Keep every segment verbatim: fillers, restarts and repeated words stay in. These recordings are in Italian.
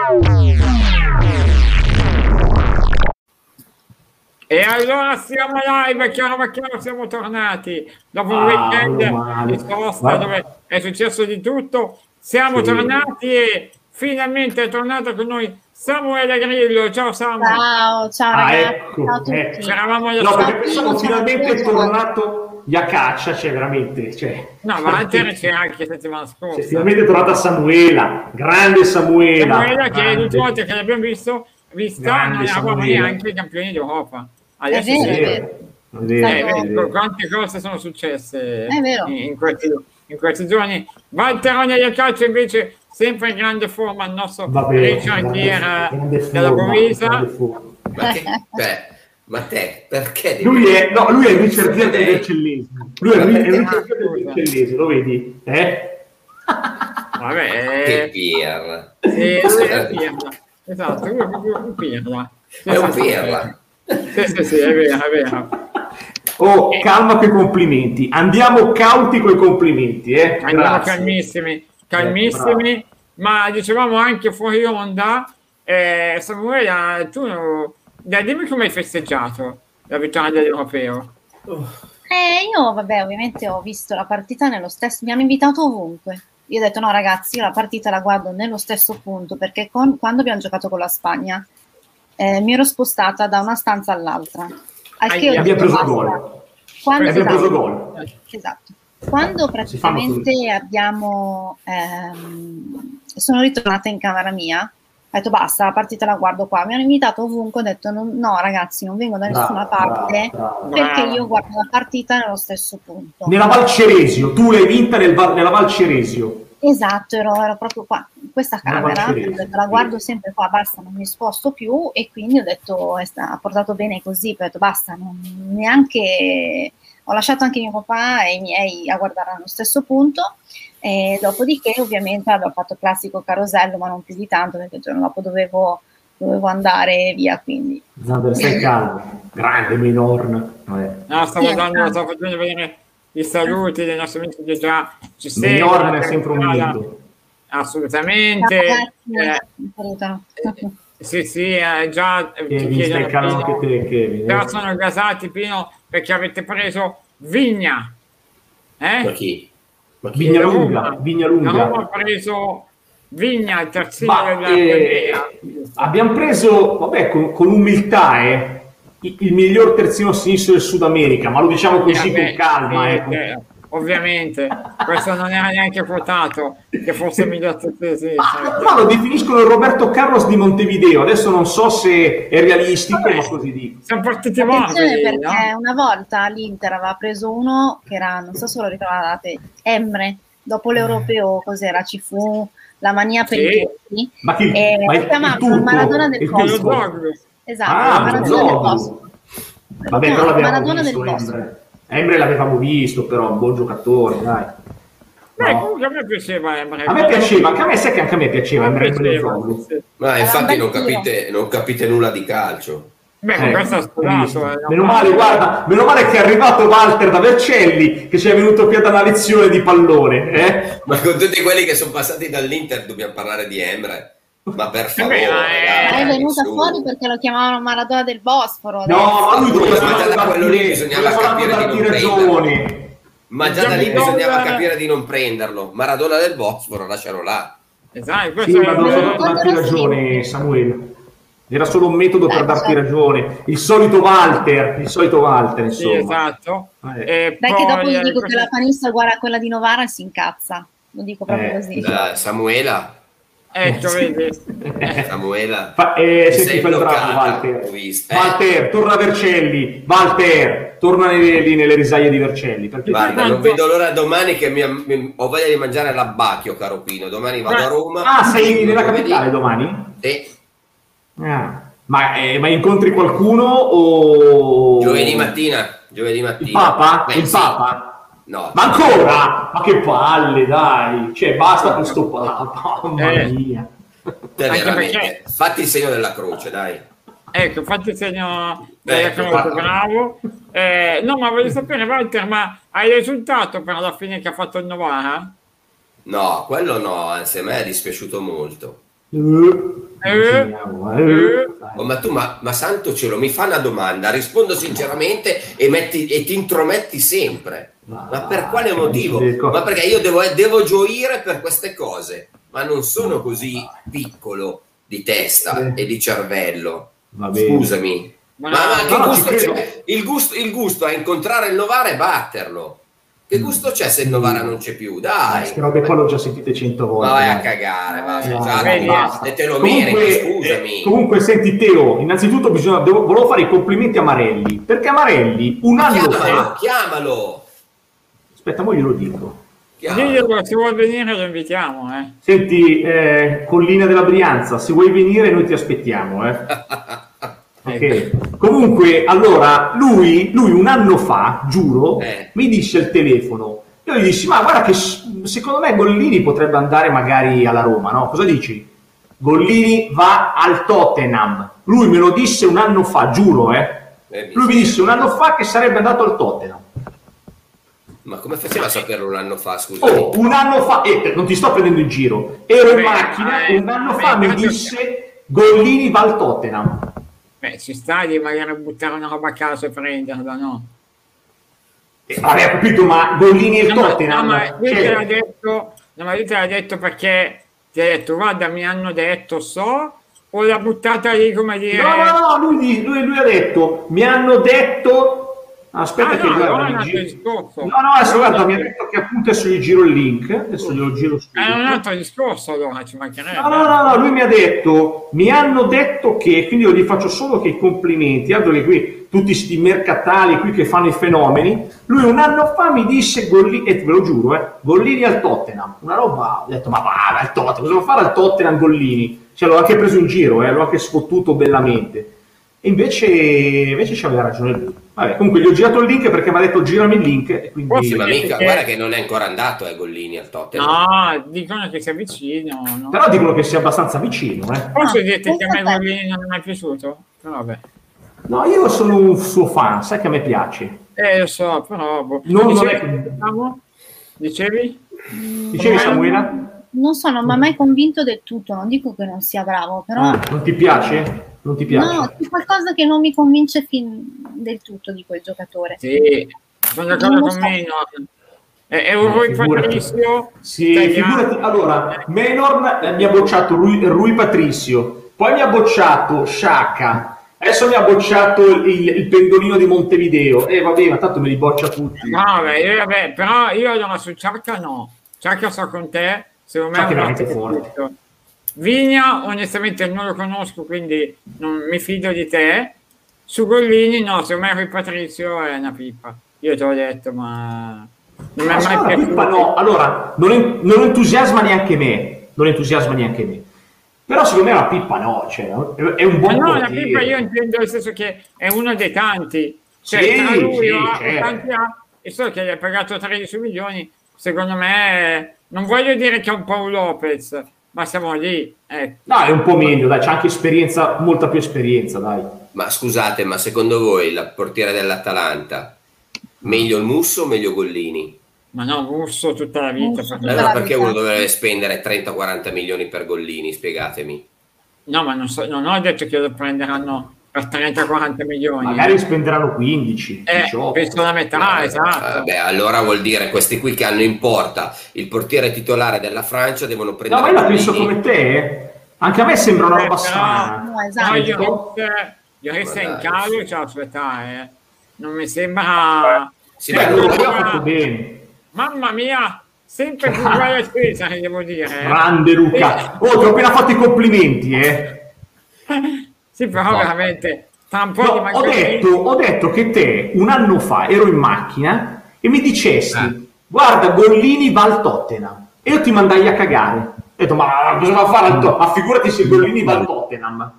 E allora siamo live, chiaro ma chiaro, siamo tornati dopo un Ah, weekend di sosta dove è successo di tutto. Siamo Sì. tornati e finalmente è tornato con noi Samuele Grillo. Ciao Samu. Ciao, ciao Ah, ragazzi, ecco, ciao a tutti. ecco. C'eravamo io No, perché stati- pensavo Ciao, finalmente ciao. è tornato Iacaccia, cioè veramente, cioè, No, Walter c'era anche settimana scorsa. cioè, finalmente è tornata Samuela, grande Samuela. Samuele che grande. l'ultima volta che l'abbiamo visto, vista Grande non eravamo Samuele. neanche i campioni d'Europa. Adesso vero, sì. è vero. È Eh, vero, è vedi, vero. quante cose sono successe È vero. in, in questi, in questi giorni. Walterone del calcio invece sempre in grande forma, il nostro Vabbè, Richard grande, Gere grande della forma, Borisa. grande forma. Ma, che, beh, ma te, perché? devi- Lui è, no, lui è il Richard Gere Lei- del Vercellese. Lui è il, è il Richard Gere del Scusa. Vercellese, lo vedi? Eh? Vabbè, Che eh, pirla. sì, lui è un pirla. Esatto, lui è proprio un pirla. Sì, È un sì, sì. pirla. Sì, sì, sì, è vero, è vero. Oh, calma coi complimenti. Andiamo cauti coi complimenti, eh? Andiamo Grazie. calmissimi, calmissimi, Eh, ma dicevamo anche fuori onda, eh, Samuele, tu dai, dimmi come hai festeggiato la vittoria dell'Europeo. Eh, io, vabbè, ovviamente ho visto la partita nello stesso, mi hanno invitato ovunque. Io ho detto no ragazzi, io la partita la guardo nello stesso punto, perché con- quando abbiamo giocato con la Spagna eh, mi ero spostata da una stanza all'altra. Al che ho Aia. detto, Abbiamo preso basta. gol. Quando, Abbiamo preso esatto, gol. esatto. Quando Si fanno praticamente abbiamo ehm, sono ritornata in camera mia, ho detto basta, la partita la guardo qua. Mi hanno invitato ovunque, ho detto no, no, ragazzi, non vengo da Brava, nessuna parte brava, brava. perché Brava. io guardo la partita nello stesso punto. Nella Val Ceresio, tu l'hai vinta nel Val- nella Val Ceresio. Esatto, ero, ero proprio qua, in questa Nella camera, Val ho Ceresio, detto, la guardo sì. sempre qua, basta, non mi sposto più e quindi ho detto, è sta- ha portato bene così, poi ho detto basta, non, neanche, ho lasciato anche mio papà e i miei a guardare allo stesso punto e dopodiché ovviamente abbiamo fatto il classico carosello, ma non più di tanto perché il giorno dopo dovevo, dovevo andare via, quindi. Zander, stai calmo. Grande Minorn. Vabbè. No, stavo Sì, dando, ah. stavo facendo vedere i saluti dei nostri amici che già ci Minorn seguono. è sempre un mito. Assolutamente. Ciao, ragazzi, Eh, mi salutano. sì, sì, eh, già eh, ti Kevin, chiedono stai calmo Pino, anche te, Kevin. già eh. sono gasati Pino perché avete preso Vigna. Ma Eh? chi? Ma chi? Vigna La Lunga, Roma. Vigna La Roma ha Lunga. preso Vigna, il terzino Ma della eh, abbiamo preso, vabbè, con, con umiltà, eh, il, il miglior terzino sinistro del Sud America, ma lo diciamo così Vabbè, con calma, sì, eh. con- eh, ovviamente, questo non era neanche quotato che fosse il miglior terzino. Ma, ma lo definiscono il Roberto Carlos di Montevideo, adesso non so se è realistico, Vabbè. ma così dico. Siamo partiti Attenzione morbidi, perché no? una volta l'Inter aveva preso uno che era, non so se lo ricordate, Emre, dopo l'Europeo, cos'era? Ci fu la mania per Sì. i turchi, Ma chi? e Ma il- si chiamava il turco, il Maradona del il Con lo turco. Bosco. Zoglu. Esatto, Ah, il Maradona del Zoglu. Bosco. Vabbè, No, però l'abbiamo Maradona visto, del Bosco. Emre. Emre l'avevamo visto, però un buon giocatore, dai. Beh, No. comunque a me piaceva Emre. A me piaceva, anche a me, sai che anche a me piaceva A me Emre piaceva, Bellezoglou. sì. Ma Era infatti un non bel tiro. capite, non capite nulla di calcio. Beh, Eh, questo è hai studiato. visto? eh, Meno no? male, guarda, meno male che è arrivato Walter da Vercelli, che ci è venuto qui a dare una lezione di pallone, eh? Ma con tutti quelli che sono passati dall'Inter dobbiamo parlare di Emre. Ma per favore, beh, ma è- Ma è dai, venuta su. fuori perché lo chiamavano Maradona del Bosforo. No, ma lui doveva Ma già da soltanto quello lì darti- bisognava doveva capire soltanto di non darti prenderlo. ragione. Ma già da lì Gianni bisognava Dollar- capire di non prenderlo. Maradona del Bosforo, lascialo là. Esatto, Sì, questo ma è doveva il- soltanto darti Quando era ragione, sempre. Samuele. Era solo un metodo per Eh, darti certo. ragione. Il solito Walter, il solito Walter, Sì, insomma. esatto. Eh. E Dai che dopo poi, gli eh, dico che questo- la panista è uguale a quella di Novara e si incazza. Lo dico proprio Eh, così. Da Samuela, Ecco, Sì. vedi? Samuela. Fa- eh, Ti senti, sei fai il bravo, bloccata, Walter. ho visto. Eh, Walter, torna a Vercelli. Walter, torna nelle, lì nelle risaie di Vercelli. Perché Guarda, non quanto- vedo l'ora domani che mi, mi- ho voglia di mangiare l'abbacchio, caro Pino. Domani vado Ma- a Roma. Ah, sei nella Giovedì. capitale domani? Sì, Ah. Ma, eh, ma incontri qualcuno o... giovedì mattina. Giovedì mattina. Il Papa? Beh, il sì. Papa? No. Ma ancora? Ma che palle, dai! Cioè, basta con sto Papa, mamma Eh. mia. Te Anche veramente. perché- Fatti il segno della croce, dai. Ecco, fatti il segno della Ecco, croce, guarda. bravo. Eh, no, ma voglio sapere, Walter, ma hai il risultato per la fine che ha fatto il Novara? No, quello no, anzi a me è dispiaciuto molto. Eh, Eh, eh. Oh, ma tu, ma, ma santo cielo, mi fa una domanda, rispondo sinceramente e, metti, e ti intrometti sempre. Ma, ma per quale motivo? Ma perché io devo, devo gioire per queste cose, ma non sono così piccolo di testa e di cervello. Scusami. Ma, ma, ma che no, gusto c'è? Il gusto, il gusto è incontrare il Novara e batterlo. Che gusto c'è se il Novara non c'è più? Dai, queste robe qua l'ho già sentite cento volte. Ma vai a cagare, vai, no, vai, basta. e te lo Comunque, meriti, scusami. Eh, comunque, senti Teo, innanzitutto bisogna, devo, volevo fare i complimenti a Marelli, perché a Marelli un anno chiamalo, fa... Chiamalo! Aspetta, mo glielo dico. Diglielo, se vuoi venire lo invitiamo, eh. Senti, eh, Collina della Brianza, se vuoi venire noi ti aspettiamo, eh. Ok. Comunque, allora, lui, lui un anno fa, giuro, eh. mi disse al telefono, io gli dissi, ma guarda che secondo me Gollini potrebbe andare magari alla Roma, no? Cosa dici? Gollini va al Tottenham. Lui me lo disse un anno fa, giuro, eh. eh lui mi disse un anno fa che sarebbe andato al Tottenham. Ma come faceva a saperlo un anno fa, scusa? Oh, un anno fa, eh, non ti sto prendendo in giro, ero in macchina, un anno fa mi disse Gollini va al Tottenham. Beh, ci sta di magari buttare una roba a caso e prenderla, no? Eh, vabbè, capito, ma Gollini e il no, Tottenham... No, ma lui te l'ha detto, no, ma lui te l'ha detto perché ti ha detto, guarda, mi hanno detto, so, o l'ha buttata lì come dire... No, no, no, lui, lui, lui ha detto, mi hanno detto... Aspetta ah, che no, guarda, no, giro... discorso. no, no, adesso guarda, mi ha detto che appunto adesso gli giro il link, adesso glielo giro subito. È un altro discorso allora, ci mancherebbe. No, no, no, no, lui mi ha detto, mi hanno detto che, quindi io gli faccio solo che i complimenti, altro che qui tutti sti mercatali qui che fanno i fenomeni, lui un anno fa mi disse Gollini, e ve lo giuro, eh, Gollini al Tottenham, una roba, ho detto ma va, al Tottenham, cosa vuoi fare al Tottenham Gollini? Cioè l'ho anche preso in giro, eh, l'ho anche sfottuto bellamente. E invece, invece ci aveva ragione lui. Vabbè, comunque gli ho girato il link perché mi ha detto girami il link. E quindi... Sì, ma mica, che... guarda che non è ancora andato eh, Gollini al Tottenham. No, dicono che sia vicino. No? Però dicono che sia abbastanza vicino. Eh. Posso dirti che a me Gollini non è mai piaciuto? Però vabbè. No, io sono un suo fan, sai che a me piace. Eh, lo so, però... Boh. Non, Dicevi, non è... Dicevi? Dicevi Samuela? Non so, non mi ha mai convinto del tutto, non dico che non sia bravo, però... Ah, non ti piace? Non ti piace? No, c'è qualcosa che non mi convince fin del tutto di quel giocatore. Sì, sono d'accordo con me, no. È, è un Rui Patricio. Sì, figurati. Allora, Menor eh, mi ha bocciato Rui, Rui Patricio, poi mi ha bocciato Sciacca, adesso mi ha bocciato il, il pendolino di Montevideo. E eh, vabbè, ma tanto me li boccia tutti. No, vabbè, io, vabbè, però io allora su Sciacca no. Sciacca sto con te, secondo me è veramente forte. Vigna onestamente non lo conosco, quindi non mi fido di te. Su Gollini no, secondo me Rui Patrizio è una pippa, io te l'ho detto, ma non mi è mai piaciuto. Pippa, no, allora non, è, non entusiasma neanche me, non entusiasma neanche me, però secondo me la pippa no, cioè, è un buon no, portiere. La pippa io intendo nel senso che è uno dei tanti, cioè sì, tra lui sì, ha, certo. tanti ha, e so che gli ha pagato tredici milioni, secondo me non voglio dire che è un Paolo Lopez, ma siamo lì, ecco. No, è un po' meglio, dai, c'è anche esperienza, molta più esperienza, dai. Ma scusate, ma secondo voi il portiere dell'Atalanta, meglio il Musso o meglio Gollini? Ma no, Musso tutta la vita. Musso, per allora perché uno dovrebbe spendere trenta quaranta milioni per Gollini, spiegatemi. No, ma non, so, non ho detto che lo prenderanno per trenta quaranta milioni. Magari spenderanno quindici, eh, diciotto. Penso la metà, eh, esatto. Vabbè, allora vuol dire questi qui che hanno in porta il portiere titolare della Francia devono prendere. No, ma io la penso come te, anche a me sembra una roba eh, strana. No, esatto. Io resto in calo, c'è la sua età, eh. Non mi sembra. Sì, beh, lui ha fatto bene. Mamma mia, sempre più uguale a Cesare, devo dire. Grande Luca. Oh, ti ho appena fatto i complimenti, eh. Sì, però no. Veramente tra un po' no, di ho, detto, ho detto che te un anno fa ero in macchina e mi dicesti eh. guarda Gollini va al Tottenham e io ti mandai a cagare. Ho detto ma cosa va a fare al Tottenham? Ma figurati se Gollini va al Tottenham.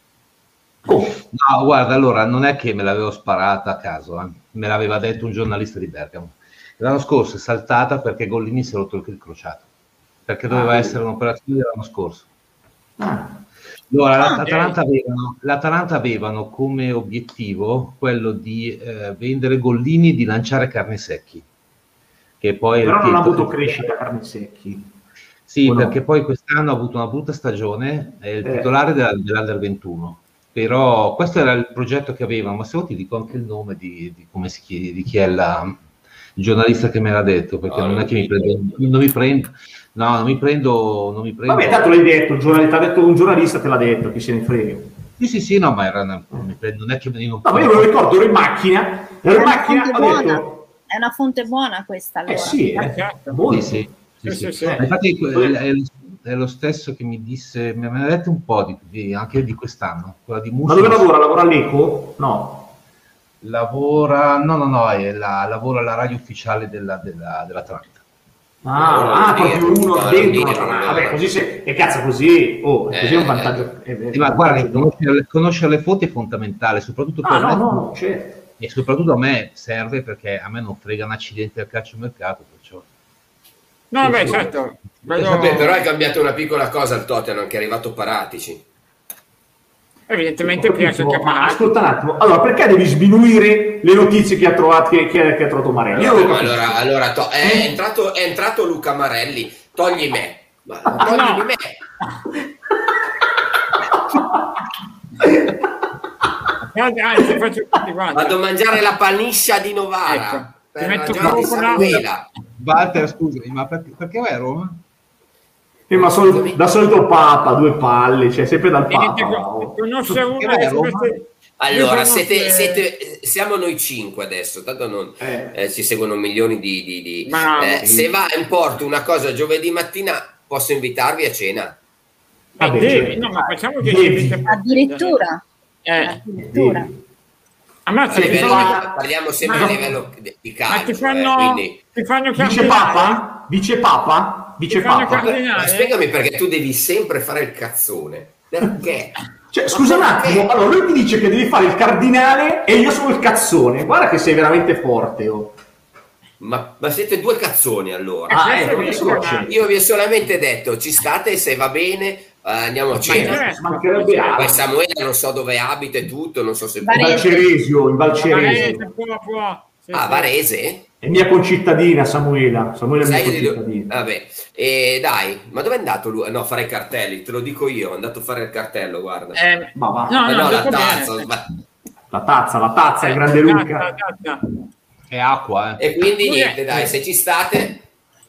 Oh. No, guarda, allora non è che me l'avevo sparata a caso, eh. Me l'aveva detto un giornalista di Bergamo. L'anno scorso è saltata perché Gollini si è rotto il crociato, perché doveva ah, essere un'operazione dell'anno scorso. Ah. Allora, l'Atalanta avevano, l'Atalanta avevano come obiettivo quello di eh, vendere Gollini e di lanciare Carnesecchi, che poi però non ha avuto crescita Carnesecchi. Sì, perché no? Poi quest'anno ha avuto una brutta stagione, è il eh. titolare della, dell'Under ventuno, però questo era il progetto che aveva, ma se no ti dico anche il nome di, di come si chiede, di chi è la, il giornalista che me l'ha detto, perché no, non è che mi prendo, non mi prendo, no, non mi prendo, non mi prendo. Vabbè, tanto l'hai detto, un giornalista, detto, un giornalista te l'ha detto, chi se ne frega. Sì, sì, sì, no, ma era una, non è che non no, ma io me lo ricordo, ero in macchina, ero in macchina, ho detto... È una fonte buona questa, allora. Eh sì, eh, certo. Sì, sì, sì, sì, sì. Eh, infatti è, è lo stesso che mi disse, mi aveva detto un po' di, di, anche di quest'anno, quella di Musso. Ma dove lavora? Lavora all'Eco? No. Lavora, no, no, no, è la, lavora alla radio ufficiale della, della, dell'Atlanta. Ah, ah proprio uno dentro, vabbè, così se, e cazzo così, oh, così è un vantaggio. È, è sì, ma guarda, conoscere, conoscere le fonti è fondamentale, soprattutto per ah, me, no, no, certo. E soprattutto a me serve perché a me non frega un accidente al calciomercato, perciò. No, sì, beh, sì, certo. Vedo... Vabbè, però è cambiato una piccola cosa al Tottenham, che è arrivato Paratici. Evidentemente piace anche a Paratici. Ascolta un attimo, allora perché devi sminuire le notizie che ha trovato, che, che, che ha trovato Marelli? No, no, allora, allora to- è, entrato, è entrato Luca Marelli, togli me, ma togli no. me. Anzi, faccio tutti, vado a mangiare la paniscia di Novara, ecco, per ragione di Samuela. Walter, scusami, ma perché, perché vai a Roma? Eh, ma sol- da solito Papa, due palle, cioè sempre dal Papa. Oh. Conosce una di queste... Allora, siete, siete, siamo noi cinque adesso, tanto non eh. Eh, ci seguono milioni di... di, di ma, eh, sì. Se va in porto una cosa giovedì mattina, posso invitarvi a cena? Ah, beh, devi, no, ma facciamo che addirittura. Eh. Addirittura. Ammazza, livello, fanno... parliamo sempre a livello di calcio. Ma ti fanno, eh, quindi... ti fanno Vice Papa? Vice Papa? Vice Papa? Ma spiegami perché tu devi sempre fare il cazzone. Perché? Cioè, scusa un attimo, allora lui mi dice che devi fare il cardinale e io sono il cazzone. Guarda che sei veramente forte, oh. Ma, ma siete due cazzoni allora. Ah, eh, io, sono io vi ho solamente detto ci state, se va bene uh, andiamo a cena. Ma poi Samuele non so dove abita e tutto, non so se in Valceresio, in Valceresio. Può, può. Sì, ah, sì. Varese? È mia concittadina Samuela. Samuela è mia Sai concittadina. Do... Vabbè, e dai, ma dove è andato lui? No, fare i cartelli, te lo dico io, è andato a fare il cartello, guarda. Eh, ma va. No, no, no la tazza, ma... la tazza, la tazza, eh, il grande tazza, Luca. Tazza. È acqua, eh. E quindi niente, dai, se ci state...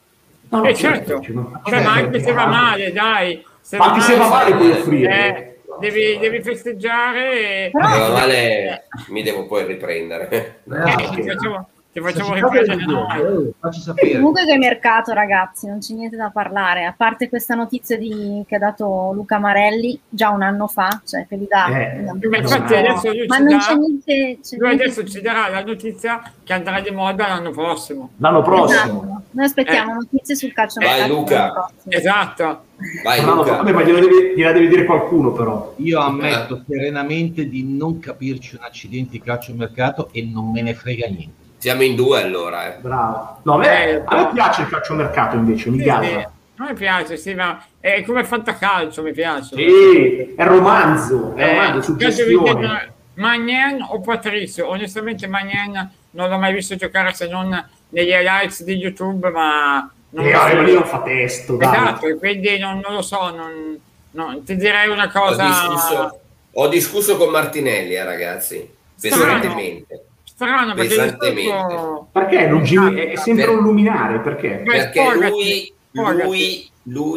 No, no, eh, certo, cioè, ma anche se va male, dai. Se ma anche se va male puoi offrire. Eh, devi, devi festeggiare. E... Se va male mi devo poi riprendere. Eh, okay. Ti facciamo, ti facciamo riprendere noi. Facci sapere. Comunque che mercato, ragazzi, non c'è niente da parlare. A parte questa notizia di, che ha dato Luca Marelli già un anno fa, cioè che li dà. Eh, ma infatti adesso lui ma ci non dà, c'è niente. C'è lui niente... adesso ci darà la notizia che andrà di moda l'anno prossimo. L'anno prossimo. Esatto. Noi aspettiamo eh. notizie sul calcio. Vai Luca. Esatto. Vai, no, Luca. No, vabbè, ma gliela deve, gliela deve dire qualcuno però. Io ammetto eh. serenamente di non capirci un accidente di calciomercato e non me ne frega niente. Siamo in due allora. Eh. Bravo. No, a me, eh, a me piace il calciomercato invece, mi sì, piace. Sì. A me piace, sì, ma è come fantacalcio, mi piace. Sì, è romanzo, è romanzo, eh, suggestione. Magnan o Patrizio? Onestamente Magnan non l'ho mai visto giocare se non negli highlights di YouTube, ma... Non eh, so. Lì non fa testo, dai. Esatto, e quindi non, non lo so, non, non, ti direi una cosa... Ho discusso, ho discusso con Martinelli, eh, ragazzi, pesantemente. Strano, perché, discorso... perché non gi- è sempre per... un luminare, perché? Perché lui, lui,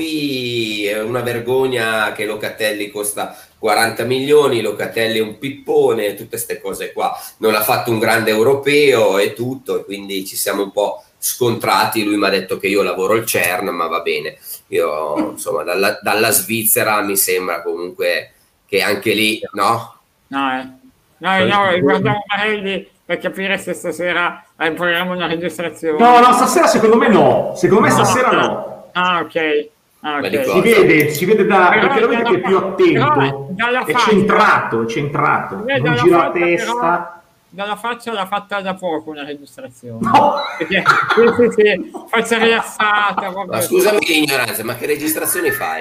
lui è una vergogna che Locatelli costa quaranta milioni, Locatelli è un pippone, tutte queste cose qua. Non ha fatto un grande europeo e tutto, e quindi ci siamo un po' scontrati. Lui mi ha detto che io lavoro il CERN, ma va bene. Io, insomma, dalla, dalla Svizzera mi sembra comunque che anche lì, no? No, eh. no, no, guardiamo Marelli per capire se stasera hai programma una registrazione. No, no, stasera secondo me no. Secondo me no, stasera no. Ah, ok. Ah, okay. Si vede, si vede da, però perché lo vede che è più attento, è faccia, centrato, è centrato, non gira la testa. Però, dalla faccia l'ha fatta da poco una registrazione. No. Perché, sì, sì, faccia rilassata. Ma scusami l'ignoranza, ma che registrazioni fai?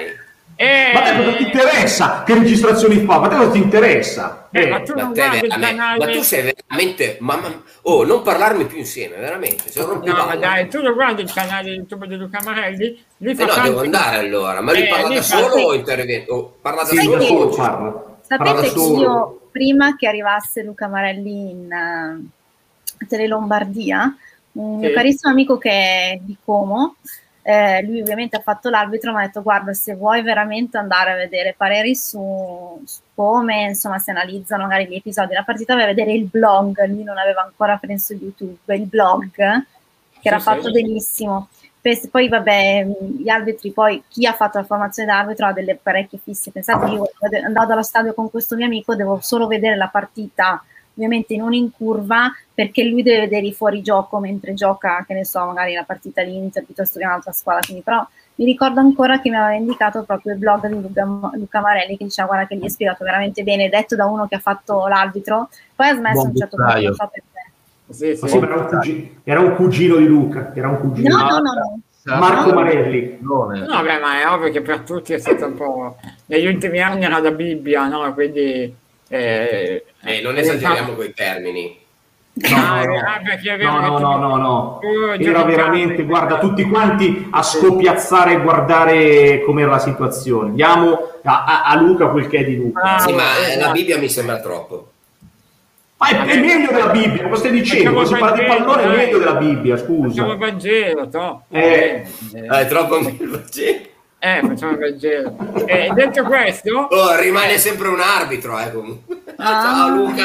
E... Ma te cosa ti interessa che registrazioni fa? Ma te cosa ti interessa? Eh, Eh, ma, tu ma, non te guardi il veramente- canale... ma tu sei veramente mamma, oh, non parlarmi più insieme, veramente, se non No, ma dai, tu lo guardi il canale YouTube di Luca Marelli? Lui fa Eh no, tanti- devo andare allora, ma lui Eh, parla lì da fa- solo sì. o interviene? O parla da sì, Sai da che- solo solo? parla. Parla Sapete da che solo. io, prima che arrivasse Luca Marelli in uh, Tele Lombardia, un mio Sì. carissimo amico che è di Como, eh, lui ovviamente ha fatto l'arbitro, mi ha detto guarda, se vuoi veramente andare a vedere pareri su, su come insomma si analizzano magari gli episodi della partita, vai a vedere il blog, lui non aveva ancora preso YouTube, il blog che era Sì, fatto sì. benissimo. Poi vabbè, gli arbitri, poi chi ha fatto la formazione d'arbitro ha delle parecchie fisse. Pensate, io andavo allo stadio con questo mio amico, devo solo vedere la partita, ovviamente non in curva, perché lui deve vedere i fuorigioco mentre gioca, che ne so, magari la partita di Inter piuttosto che un'altra squadra. Quindi, però mi ricordo ancora che mi aveva indicato proprio il blog di Luca, Luca Marelli, che diceva guarda che gli è spiegato veramente bene, detto da uno che ha fatto l'arbitro, poi ha smesso a un certo punto, non so perché. Sì, sì. Ma sì, ma era un, cugino, era un cugino di Luca, era un cugino. No, no, no, no. Marco No. Marelli. No, beh, ma è ovvio che per tutti è stato un po'... Negli ultimi anni era la Bibbia, no? Quindi... Eh, Eh, non esageriamo coi termini. No, Ah, no, ah, perché è vero no, che no, tu- no, no, no. tu Era giochi veramente, carte. guarda, tutti quanti a scopiazzare e guardare com'era la situazione. Diamo a, a- a Luca quel che è di Luca. Ah, Sì, ma eh, esatto. la Bibbia mi sembra troppo. Ma è, è meglio della Bibbia, cosa stai dicendo? Quando si parla di pallone è meglio della Bibbia, Facciamo il scusa. Vangelo, to. Eh. Eh, Ah, è troppo meglio. eh, facciamo il Vangelo. E detto questo... Oh, rimane sempre un arbitro, eh, comunque. Ah. Ciao Luca.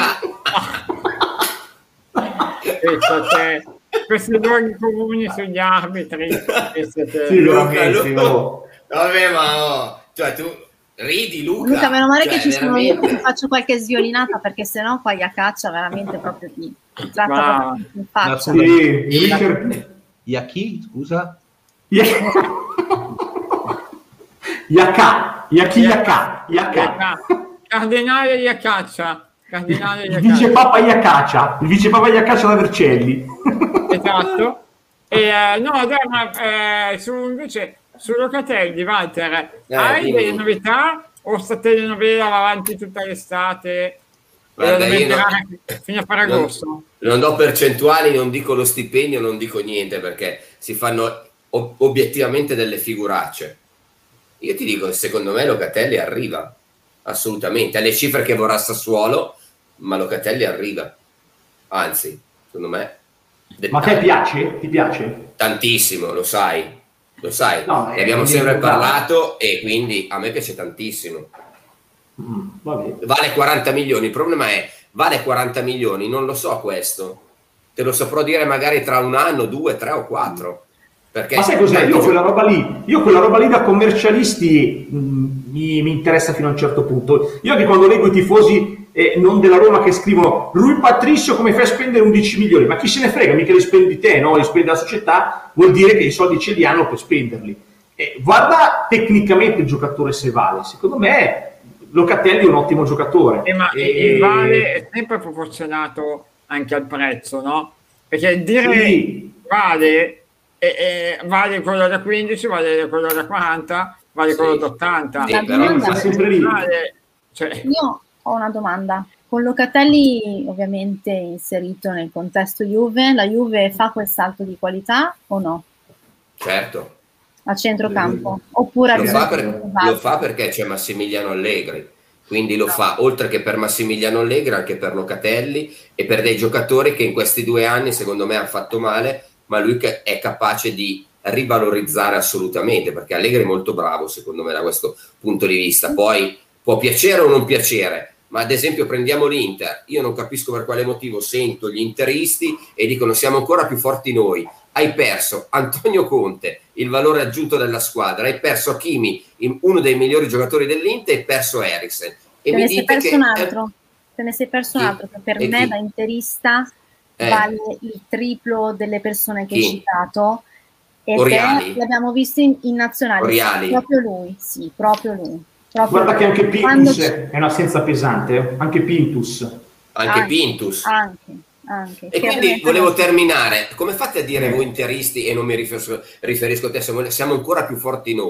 penso che questi luoghi comuni sugli arbitri... penso che- Sì, Luca, veramente, Luca. oh. Vabbè, ma oh, cioè tu ridi Luca. Luca, meno male Cioè, che ci sono io veramente. che ti faccio qualche sviolinata, perché sennò qua a caccia veramente proprio ti, ti tratta Ma- proprio in faccia. Sì, Richard- Yaki, scusa? Yaka, Yaki Yaka, Yaka. Ah, Cardinale di Accaccia. Cardinale di Il Accaccia. vicepapa Iacaccia, il vicepapa Iacaccia da Vercelli. Esatto. E, eh, no, dai, ma eh, su, invece su Locatelli, Walter, Eh, hai dimmi. delle novità o sta telenovela va avanti tutta l'estate e Guarda, la io devi no- tirare fino a Ferragosto? Non, non do percentuali, non dico lo stipendio, non dico niente perché si fanno ob- obiettivamente delle figuracce. Io ti dico, secondo me Locatelli arriva assolutamente alle cifre che vorrà Sassuolo, ma Locatelli arriva. Anzi, secondo me Ma a te piace? Ti piace? tantissimo, lo sai, lo sai, No, ne è abbiamo un sempre risultato. parlato e quindi a me piace tantissimo. Mm, vabbè. Vale quaranta milioni, il problema è, vale quaranta milioni, non lo so questo, te lo saprò dire magari tra un anno, due, tre o quattro. Perché Ma sai cos'è? Io quella roba lì, io quella roba lì da commercialisti mh, mi, mi interessa fino a un certo punto. Io anche quando leggo i tifosi eh, non della Roma che scrivono Rui Patricio come fai a spendere undici milioni? Ma chi se ne frega, mica li spendi te, no? Li spendi la società, vuol dire che i soldi ce li hanno per spenderli. Eh, guarda tecnicamente il giocatore se vale, secondo me Locatelli è un ottimo giocatore. Eh, ma E- il vale è sempre proporzionato anche al prezzo, no? Perché dire Sì. vale, eh, eh, vale quello da quindici, vale quello da quaranta, vale Sì. quello da ottanta. Sì, La però domanda- sta sempre lì. Vale, cioè, Io ho una domanda. Con Locatelli ovviamente inserito nel contesto Juve, la Juve fa quel salto di qualità o no? certo, A centrocampo? Oppure ha lo bisogno fa, di per- qualcos'altro? lo fa perché c'è Massimiliano Allegri, quindi lo fa oltre che per Massimiliano Allegri anche per Locatelli e per dei giocatori che in questi due anni secondo me hanno fatto male, ma lui che è capace di rivalorizzare assolutamente, perché Allegri è molto bravo secondo me da questo punto di vista. Poi può piacere o non piacere, ma ad esempio prendiamo l'Inter, io non capisco per quale motivo sento gli interisti e dicono siamo ancora più forti noi. Hai perso Antonio Conte, il valore aggiunto della squadra, hai perso Hakimi, uno dei migliori giocatori dell'Inter, e hai perso Eriksen. E Te mi ne sei dite perso che un altro? Te ne sei perso un Chi? altro che per E me chi? da interista Eh. vale il triplo delle persone che hai Chi? citato, e Oriali? te l'abbiamo visto in, in nazionale. Oriali? Proprio lui, sì, proprio lui. Proprio Guarda lui. che anche Quando Pintus ci- è un'assenza pesante, eh. Anche Pintus. anche Anche. Pintus. Anche, anche. E Che quindi ovviamente volevo non- terminare, come fate a dire voi interisti, e non mi riferisco, riferisco a te, siamo, siamo ancora più forti noi?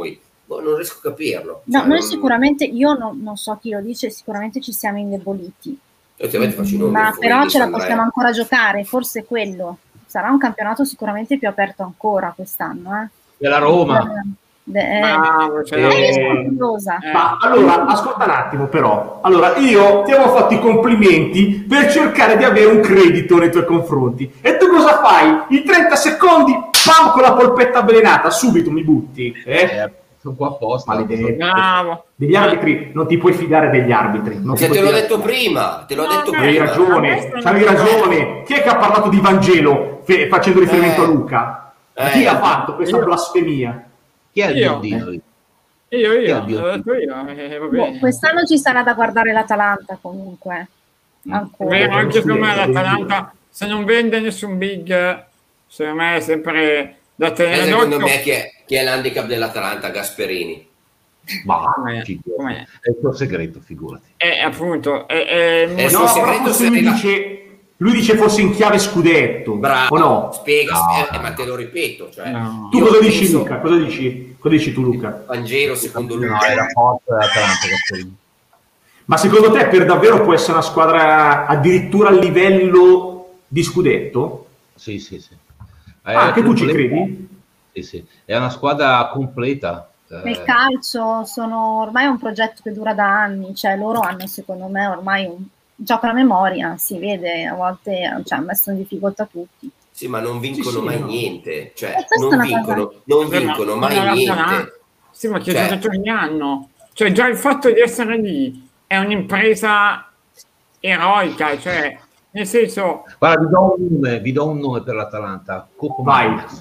boh, non riesco a capirlo. No, cioè, noi non... sicuramente, io non, non so chi lo dice, sicuramente ci siamo indeboliti. Nomi, ma però ce la possiamo ancora giocare, forse quello. Sarà un campionato sicuramente più aperto ancora quest'anno. Eh. Della Roma. Eh, Bravo, cioè, eh, eh, ma allora ascolta un attimo però, allora io ti avevo fatto i complimenti per cercare di avere un credito nei tuoi confronti e tu cosa fai? In trenta secondi pam, con la polpetta avvelenata subito mi butti eh? Eh, sono qua apposta. Maledetto. Bravo. Degli arbitri non ti puoi fidare degli arbitri, non cioè, ti te l'ho fidare. detto prima, te l'ho No, detto beh, Avevi prima. ragione, c'avevi ragione. Chi è che ha parlato di Vangelo fe- facendo riferimento Eh. a Luca? Eh. Chi ha fatto questa Io. blasfemia? Chi è il Io. Dondino? Io, io, Io, l'ho detto io, eh, va boh, bene. quest'anno ci sarà da guardare l'Atalanta comunque. Ancora. Vero, anche secondo me Scudetto, l'Atalanta, se non vende nessun big, secondo me è sempre da Eh, tenere secondo d'occhio. me chi è, chi è l'handicap dell'Atalanta? Gasperini. Ma Com'è? figurati. Com'è? È il tuo segreto, figurati. Eh, appunto, è, è Eh, No, Il suo però segreto forse lui si arriva- dice, lui dice forse in chiave scudetto, Bravo, o no? spiega, No. spiega, eh, ma te lo ripeto. Cioè, No. Tu io cosa dici penso- Luca? Cosa dici? Cosa dici tu Luca? Vangelo secondo lui. No, è la forza dell'Atalanta. Gasperini. Ma secondo te per davvero può essere una squadra addirittura a livello di scudetto? Sì, sì, sì. Ah, anche tu ci completa. credi? Sì, sì. È una squadra completa. Eh, Nel calcio sono ormai un progetto che dura da anni, cioè loro hanno secondo me ormai un gioco a memoria, si vede, a volte cioè, hanno messo in difficoltà tutti. Sì, ma non vincono Sì, sì, mai no. niente. Cioè, E questa è non una vincono, cosa- non Vabbè, ma- vincono ma mai la niente. Atalanta- Sì, ma che Cioè- giocatori hanno? Cioè, già il fatto di essere lì è un'impresa eroica, cioè, nel senso, Guarda, vi do un nome, vi do un nome per l'Atalanta. Coco Vai. Magnus,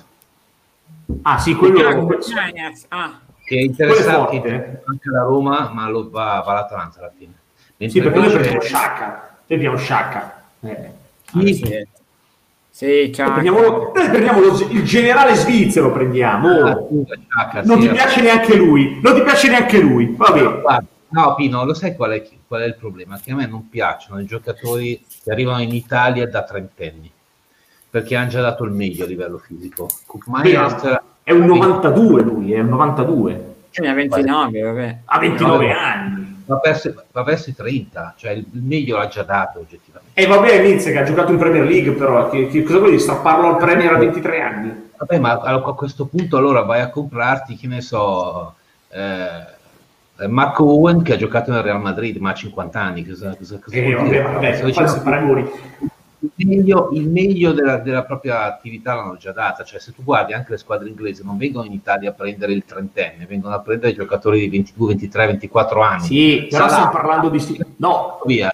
Ah sì, quello... Giants, ah, che è interessante Quello è forte. anche la Roma, ma lo va, va l'Atalanta alla fine. Sì, Mentre perché noi invece- prendiamo Sciacca. Noi abbiamo Sciacca. Eh. Chi? sì, sì, ciao. Prendiamo, noi prendiamo lo- il generale svizzero, prendiamo. Ah, scusa, Sciacca, Non sì, ti piace neanche lui. Non ti piace neanche lui. Va bene. Guarda, no, Pino, lo sai qual è, qual è il problema? Che a me non piacciono i giocatori che arrivano in Italia da trentenni, perché hanno già dato il meglio a livello fisico. Cook Myers È un novantadue lui, è un novantadue. Ne ha ventinove, vabbè. Ha ventinove No, anni. va verso, va verso i trenta, cioè il, il meglio l'ha già dato oggettivamente. E vabbè, Minze che ha giocato in Premier League, però che, che cosa vuoi dire? Strapparlo al Premier a ventitré anni. Vabbè, ma a, a questo punto allora vai a comprarti, che ne so, eh, Marco Owen che ha giocato nel Real Madrid, ma ha cinquanta anni. Cosa, cosa, cosa Eh, vuol vabbè, dire? vabbè, Sto non dicendo fare paragoni. il meglio, il meglio della, della propria attività l'hanno già data, cioè se tu guardi anche le squadre inglesi non vengono in Italia a prendere il trentenne, vengono a prendere i giocatori di ventidue, ventitré, ventiquattro anni. Sì, però Salah, stiamo parlando di... sti- No, via.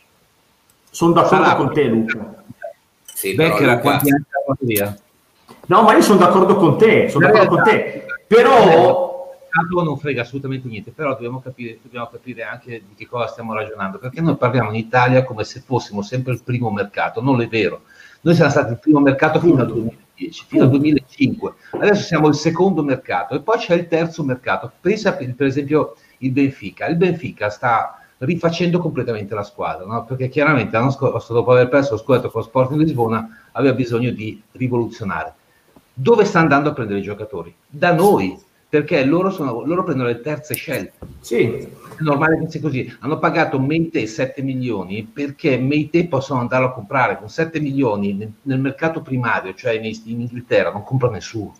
sono d'accordo Salah, con te Luca. Sì, però Becker a Luca, quanti anni ha fatto via? No, ma io sono d'accordo con te, sono La d'accordo con realtà- te. Però... Tanto non frega assolutamente niente, però dobbiamo capire, dobbiamo capire anche di che cosa stiamo ragionando, perché noi parliamo in Italia come se fossimo sempre il primo mercato, non è vero. Noi siamo stati il primo mercato fino al duemiladieci, fino al duemilacinque, adesso siamo il secondo mercato e poi c'è il terzo mercato. Pensa per, per esempio il Benfica, il Benfica sta rifacendo completamente la squadra, no? Perché chiaramente l'anno scorso, dopo aver perso lo scudetto con Sporting Lisbona, aveva bisogno di rivoluzionare. Dove sta andando a prendere i giocatori? Da noi, perché loro, sono, loro prendono le terze scelte. Sì, È normale che sia così. Hanno pagato Meite sette milioni perché Meite possono andarlo a comprare con sette milioni nel, nel mercato primario, cioè in, in Inghilterra, non compra nessuno.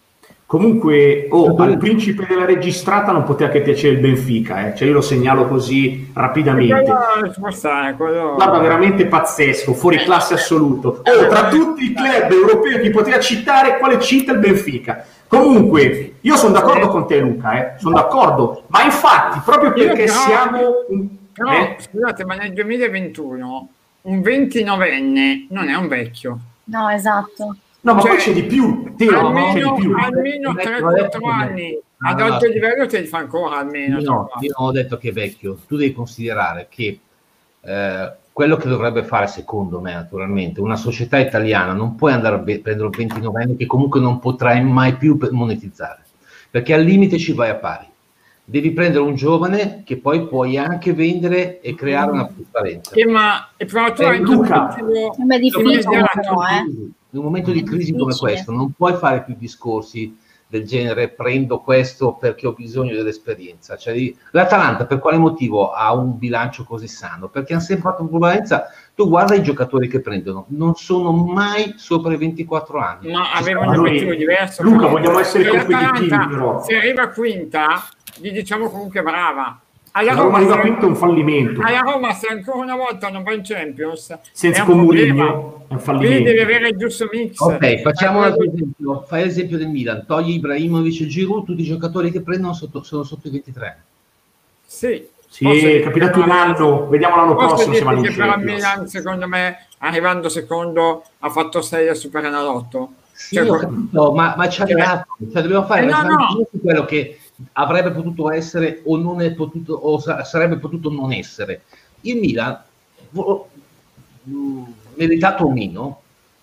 comunque, oh, al principe della registrata non poteva che piacere il Benfica, eh. Cioè io lo segnalo così rapidamente. Quello ci può stare, quello- Guarda, veramente pazzesco, fuori classe assoluto. Oh, tra tutti i club europei che poteva citare, quale cita il Benfica? Comunque, io sono d'accordo con te Luca, eh. Sono d'accordo, ma infatti, proprio Io perché però- siamo... un- Però, eh? scusate, ma nel duemilaventuno un ventinovenne non è un vecchio. No, esatto. No, ma Cioè, poi c'è di più, Teo, c'è di almeno più. almeno Non è- tre non è- quattro anni. No, Ad no, alto no. livello te li fa ancora almeno. No, cioè, io non ho detto che è vecchio. Tu devi considerare che eh, quello che dovrebbe fare, secondo me, naturalmente, una società italiana non puoi andare a be- prendere un ventinovenne che comunque non potrai mai più pe- monetizzare, perché al limite ci vai a pari. Devi prendere un giovane che poi puoi anche vendere e creare una plusvalenza. Eh, ma e però tu Eh, hai Luca. l'obiettivo Beh, difficile immediato. però, eh. In un momento di È crisi come difficile. questo non puoi fare più discorsi del genere, prendo questo perché ho bisogno dell'esperienza. Cioè, l'Atalanta per quale motivo ha un bilancio così sano? Perché hanno sempre fatto prudenza. Tu guarda i giocatori che prendono, non sono mai sopra i ventiquattro anni. Ma avevano un obiettivo diverso. Luca, vogliamo essere competitivi, però. Se arriva quinta, gli diciamo comunque brava. Alla Roma arriva quinta è un fallimento. Alla Roma, se ancora una volta non va in Champions, senza con Mourinho è un fallimento. Quindi deve avere il giusto mix. Ok, facciamo un altro esempio. Fai l'esempio del Milan, togli Ibrahimovic e Giroud, tutti i giocatori che prendono sotto, sono sotto i ventitré. Sì. Sì, è capitato un anno, vediamo l'anno prossimo se vanno in Champions. Però Milan, secondo me, arrivando secondo, ha fatto sei al Superenalotto. Sì, cioè, ho capito, ma, ma ci arrivato. Cioè, dobbiamo fare eh no, no. quello che avrebbe potuto essere o non è potuto o sa- sarebbe potuto non essere. Il Milan, vo- mh, meritato o meno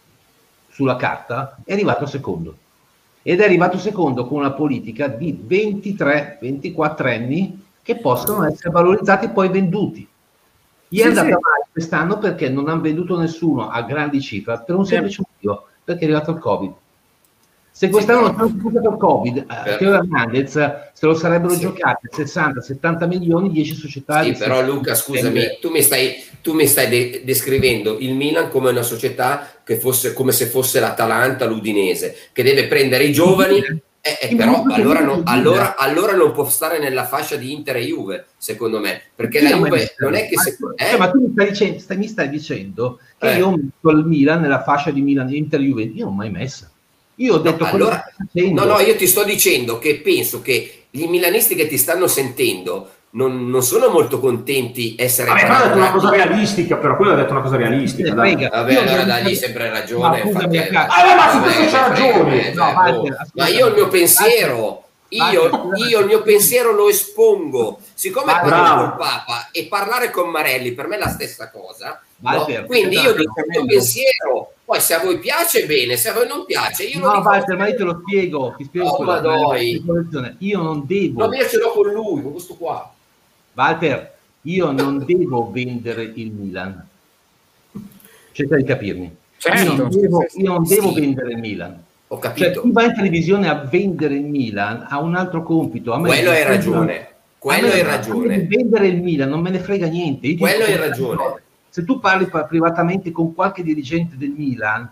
sulla carta, è arrivato secondo ed è arrivato secondo con una politica di ventitré ventiquattro anni che possono essere valorizzati e poi venduti. Gli sì, è andata sì. male quest'anno perché non hanno venduto nessuno a grandi cifre per un semplice motivo, perché è arrivato il Covid. Se quest'anno non hanno sfruttato il Covid, eh, Teo Hernandez se lo sarebbero sì. giocati sessanta settanta milioni, dieci società. Sì, però Luca, scusami, tu mi stai, tu mi stai de- descrivendo il Milan come una società che fosse come se fosse l'Atalanta, l'Udinese, che deve prendere i giovani, eh, eh, però allora, no, allora, allora non può stare nella fascia di Inter e Juve, secondo me, perché la Juve non è che... Se, eh? Ma tu mi stai dicendo, stai, mi stai dicendo che eh. io ho messo il Milan nella fascia di Milan, Inter e Juve, io non ho mai messa. Io ho detto no, allora, no, no, io ti sto dicendo che penso che gli milanisti che ti stanno sentendo non, non sono molto contenti essere Vabbè, ma ha detto una cosa realistica, però quello ha detto una cosa realistica. Vabbè, allora dagli sempre ragione. No, infatti, eh, ah, ma su questo c'ha ragione. Eh, no, no, ma io il mio pensiero, io, io il mio pensiero lo espongo. Siccome parlo col Papa e parlare con Marelli per me è la stessa cosa, no? Quindi io dico il mio pensiero. Poi se a voi piace bene, se a voi non piace io no, lo Walter, ma io te lo spiego, ti spiego oh, quello, io non devo no, io ce l'ho con lui, con questo qua. Walter, io non devo vendere il Milan, cerca di capirmi. Certo, io non devo, io non devo sì. vendere il Milan. Ho capito. Cioè, chi va in televisione a vendere il Milan ha un altro compito. A me quello hai ragione, quello hai ragione. Vendere il Milan non me ne frega niente. Io quello hai ragione. Se tu parli privatamente con qualche dirigente del Milan,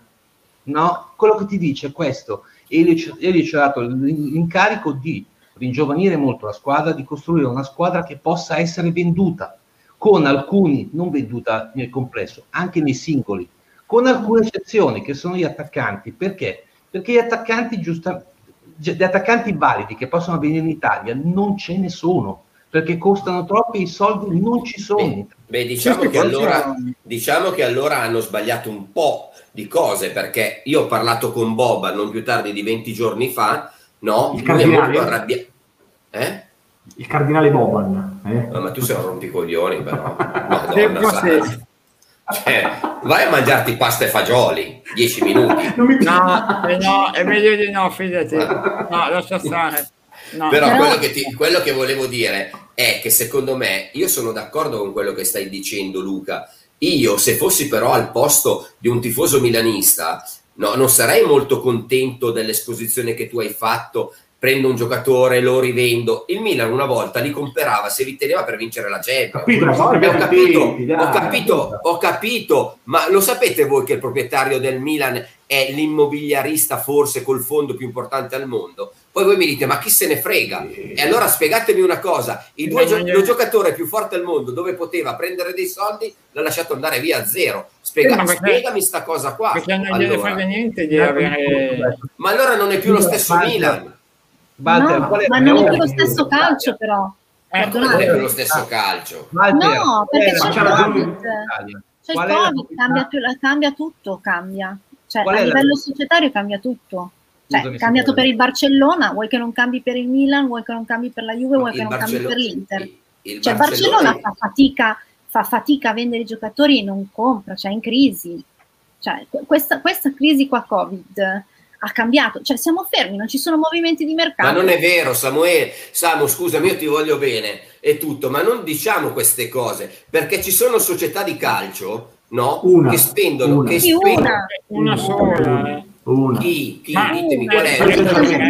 no? Quello che ti dice è questo. Elio ci ha dato l'incarico di ringiovanire molto la squadra, di costruire una squadra che possa essere venduta, con alcuni, non venduta nel complesso, anche nei singoli, con alcune eccezioni che sono gli attaccanti. Perché? Perché gli attaccanti, giusta, gli attaccanti validi che possono venire in Italia non ce ne sono, perché costano troppo e i soldi non ci sono. Beh, beh diciamo, che allora, diciamo che allora hanno sbagliato un po' di cose, perché io ho parlato con Boba non più tardi di venti giorni fa, no? Il Lui è molto arrabbiato. Eh? Il cardinale Boban. Eh? No, ma tu sei un rompicoglioni, però. Madonna, sai. Cioè, vai a mangiarti pasta e fagioli, dieci minuti. Non mi no, eh no, è meglio di no, fidati. No, lascia stare. No. Però quello che, ti, quello che volevo dire è che secondo me, io sono d'accordo con quello che stai dicendo, Luca. Io, se fossi però al posto di un tifoso milanista, no, non sarei molto contento dell'esposizione che tu hai fatto. Prendo un giocatore, lo rivendo. Il Milan una volta li comprava, se li teneva per vincere la Champions. Capito, ma ho, capito, tempi, dai, ho capito, ho capito, ma lo sapete voi che il proprietario del Milan è l'immobiliarista forse col fondo più importante al mondo? Poi voi mi dite, ma chi se ne frega? E allora spiegatemi una cosa, il due gio- lo giocatore più forte al mondo, dove poteva prendere dei soldi, l'ha lasciato andare via a zero. Spiega- sì, perché, spiegami sta cosa qua. Perché non allora. gliene frega niente di avere... Ma allora non è più lo stesso Milan. Walter, no, ma non è più lo stesso calcio, però. Eh, non è più lo stesso calcio. Walter, no, perché c'è il Covid. C'è il Qual Covid, la... cambia, cambia tutto, cambia. Cioè, Qual a livello la... societario cambia tutto. Cioè, Scusami, cambiato per il Barcellona, vuoi che non cambi per il Milan, vuoi che non cambi per la Juve, vuoi il che non Barcellona... cambi per l'Inter. Il, il cioè, Barcellona, Barcellona è... fa fatica, fa fatica a vendere i giocatori e non compra, cioè è in crisi. Cioè, questa, questa crisi qua Covid ha cambiato, cioè siamo fermi, non ci sono movimenti di mercato. Ma non è vero, Samuele, Samu, scusami, io ti voglio bene e tutto, ma non diciamo queste cose, perché ci sono società di calcio, no? Una, che spendono, una. che Sì, spendono. una, una sola. Una. Chi? Chi? Ma Ditemi una, qual è. Paris Saint-Germain.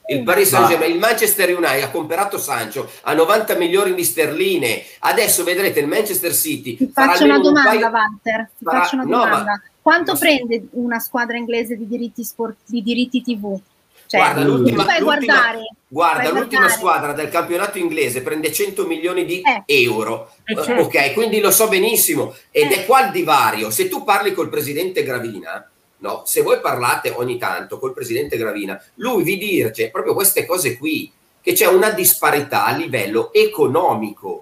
il Paris Saint-Germain, il Manchester United ha comprato Sancho a novanta milioni di sterline, adesso vedrete il Manchester City. Ti faccio una domanda, un paio... Walter, ti farà... faccio una no, domanda. Ma... Quanto ma... prende una squadra inglese di diritti, sport... di diritti tivù? Cioè, guarda, l'ultima, vai l'ultima, guardare, guarda vai l'ultima guardare. squadra del campionato inglese prende cento milioni di eh. euro, eh, certo. ok, quindi lo so benissimo, ed eh. è qua il divario. Se tu parli col presidente Gravina, no, se voi parlate ogni tanto col presidente Gravina, lui vi dice proprio queste cose qui, che c'è una disparità a livello economico.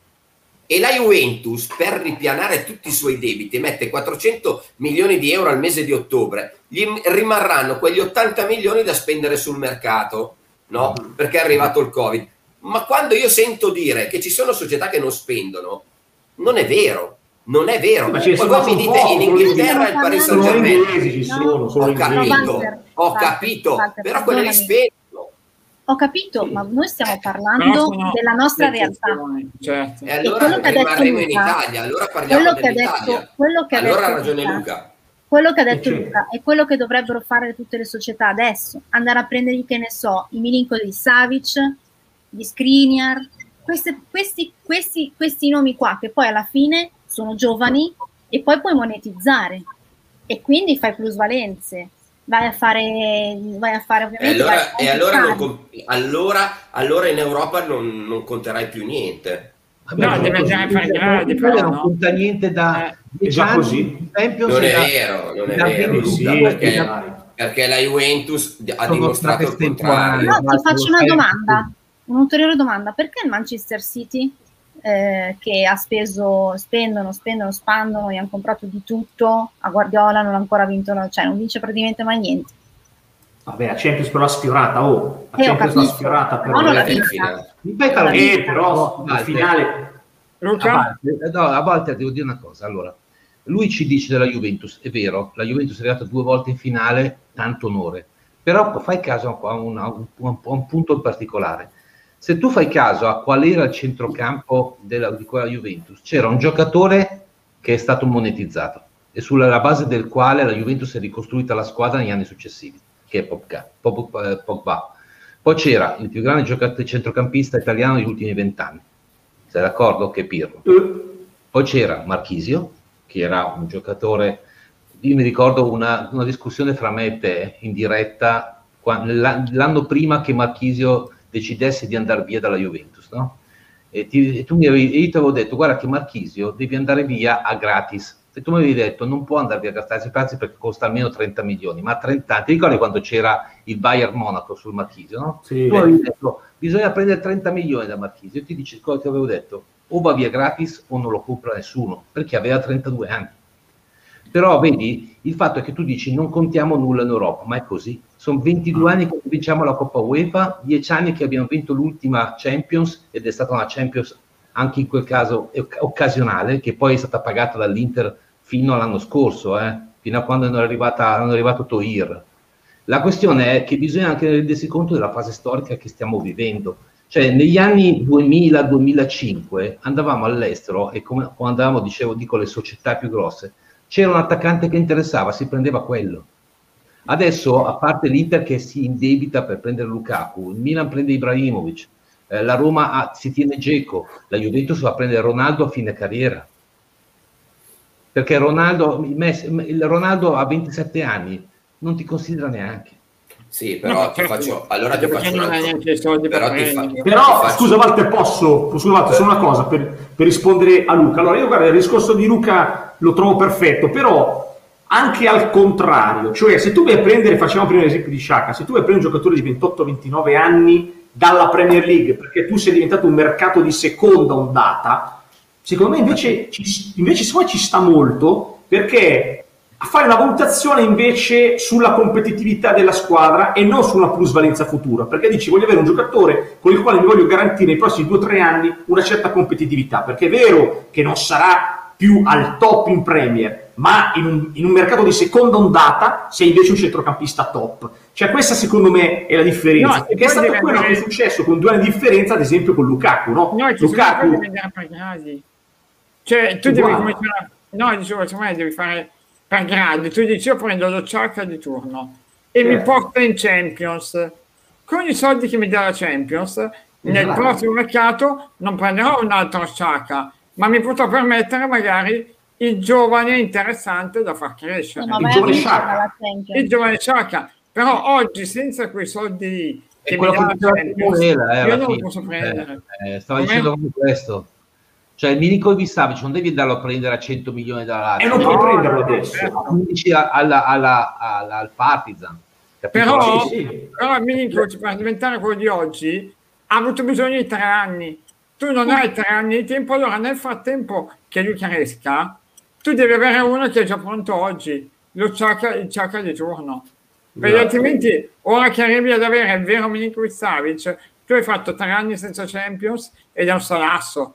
E la Juventus, per ripianare tutti i suoi debiti, mette quattrocento milioni di euro al mese di ottobre, gli rimarranno quegli ottanta milioni da spendere sul mercato, no? Perché è arrivato il Covid. Ma quando io sento dire che ci sono società che non spendono, non è vero, non è vero. Ma poi voi mi dite in Inghilterra il Paris Saint-Germain, ho capito, ho capito, però quello li spendono. Ho capito, sì. Ma noi stiamo parlando no, della nostra realtà. Certo. E allora e rimarremo in Italia, allora parliamo quello che dell'Italia. Ha detto, quello che allora ha ha ragione Luca, Luca. Quello che ha detto Luca è quello che dovrebbero fare tutte le società adesso. Andare a prendergli, che ne so, i Milinkovic di Savic, gli Skriniar, questi, questi, questi, questi nomi qua, che poi alla fine sono giovani e poi puoi monetizzare. E quindi fai plusvalenze. Vai a fare, vai a fare ovviamente. E allora, e allora, non, allora, allora in Europa non, non conterai più niente. Vabbè, no, deve andare a fare gradi, però non no. conta niente da eh, dieci anni. Così. Non è vero, non è vero, sì, perché, sì, perché la Juventus ha dimostrato il contrario. No, ti faccio una domanda, un'ulteriore domanda. Perché il Manchester City, eh, che ha speso, spendono, spendono, spandono, gli hanno comprato di tutto, a Guardiola non ha ancora vinto, cioè non vince praticamente mai niente. Vabbè, a Champions però l'ha sfiorata, oh, a eh, Champions l'ha sfiorata però. No, non è finale. Eh, però il finale... A volte, no, a volte devo dire una cosa, allora, lui ci dice della Juventus, è vero, la Juventus è arrivata due volte in finale, tanto onore, però fai caso a un, a un, a un punto in particolare. Se tu fai caso a qual era il centrocampo della, di quella Juventus, c'era un giocatore che è stato monetizzato e sulla base del quale la Juventus è ricostruita la squadra negli anni successivi, che è Pogba. Pogba. Poi c'era il più grande giocatore centrocampista italiano degli ultimi vent'anni, sei d'accordo? Che è Pirlo. Poi c'era Marchisio, che era un giocatore, io mi ricordo una, una discussione fra me e te in diretta l'anno prima che Marchisio decidesse di andare via dalla Juventus, no? E, ti, e tu mi avevi, e io ti avevo detto, guarda che Marchisio devi andare via a gratis. E tu mi avevi detto, non può andare via a gastarsi prezzi perché costa almeno trenta milioni, ma trenta, ti ricordi quando c'era il Bayern Monaco sul Marchisio, no? Sì. Tu avevi detto, bisogna prendere trenta milioni da Marchisio. Io ti dici, cosa ti avevo detto? O va via gratis o non lo compra nessuno, perché aveva trentadue anni. Però vedi, il fatto è che tu dici non contiamo nulla in Europa, ma è così. Sono ventidue anni che vinciamo la Coppa UEFA, dieci anni che abbiamo vinto l'ultima Champions, ed è stata una Champions anche in quel caso occasionale, che poi è stata pagata dall'Inter fino all'anno scorso, eh, fino a quando è, arrivata, è arrivato Toir. La questione è che bisogna anche rendersi conto della fase storica che stiamo vivendo. Cioè negli anni duemila duemilacinque andavamo all'estero e come quando andavamo, dicevo, dico le società più grosse, c'era un attaccante che interessava, si prendeva quello. Adesso, a parte l'Inter che si indebita per prendere Lukaku, il Milan prende Ibrahimovic, eh, la Roma ha, si tiene Dzeko, la Juventus va a prendere Ronaldo a fine carriera. Perché Ronaldo, il Ronaldo ha ventisette anni, non ti considera neanche. Sì, però no, ti faccio, allora ti faccio una cosa. Però, ti fa, però ti faccio... scusa Walter, posso? Scusa Walter, solo una cosa per, per rispondere a Luca. Allora io guarda, il discorso di Luca lo trovo perfetto, però anche al contrario, cioè se tu vai a prendere, facciamo prima l'esempio di Sciacca, se tu vai a prendere un giocatore di ventotto ventinove anni dalla Premier League, perché tu sei diventato un mercato di seconda ondata, secondo me invece, ci, invece secondo me ci sta molto, perché a fare una valutazione invece sulla competitività della squadra e non su una plusvalenza futura, perché dici voglio avere un giocatore con il quale mi voglio garantire nei prossimi due o tre anni una certa competitività, perché è vero che non sarà più al top in Premier, ma in un, in un mercato di seconda ondata sei invece un centrocampista top. Cioè questa secondo me è la differenza, no, che è stato quello che è successo con due anni di differenza ad esempio con Lukaku, no? No, Lukaku devi andare per gradi, cioè tu devi cominciare, no dicevo secondo me devi fare per gradi, tu dici io prendo lo Xhaka di turno e certo. mi porta in Champions con i soldi che mi dà la Champions, nel Esatto. prossimo mercato non prenderò un altro Xhaka, ma mi potrò permettere magari il giovane interessante da far crescere. No, Il ma giovane vai a Xhaka. vincere la Champions. Il giovane Xhaka, però oggi senza quei soldi lì È che mi quello dà che la diceva Champions, Samuele, eh, io alla non lo fine. posso prendere. Eh, eh, stava Come? dicendo proprio questo. Cioè il Milinkovic Savic non devi andarlo a prendere a cento milioni dalla E Lazio, non puoi No, prenderlo no, adesso. certo. quindici alla, alla, alla, al Partizan. Capito? Però, Sì, sì. però il Milinkovic per diventare quello di oggi ha avuto bisogno di tre anni. Tu non hai tre anni di tempo, allora nel frattempo che lui cresca, tu devi avere uno che è già pronto oggi, lo Xhaka, il Xhaka di turno. Perché Esatto. altrimenti, ora che arrivi ad avere il vero Milinkovic Savic, tu hai fatto tre anni senza Champions ed è un salasso.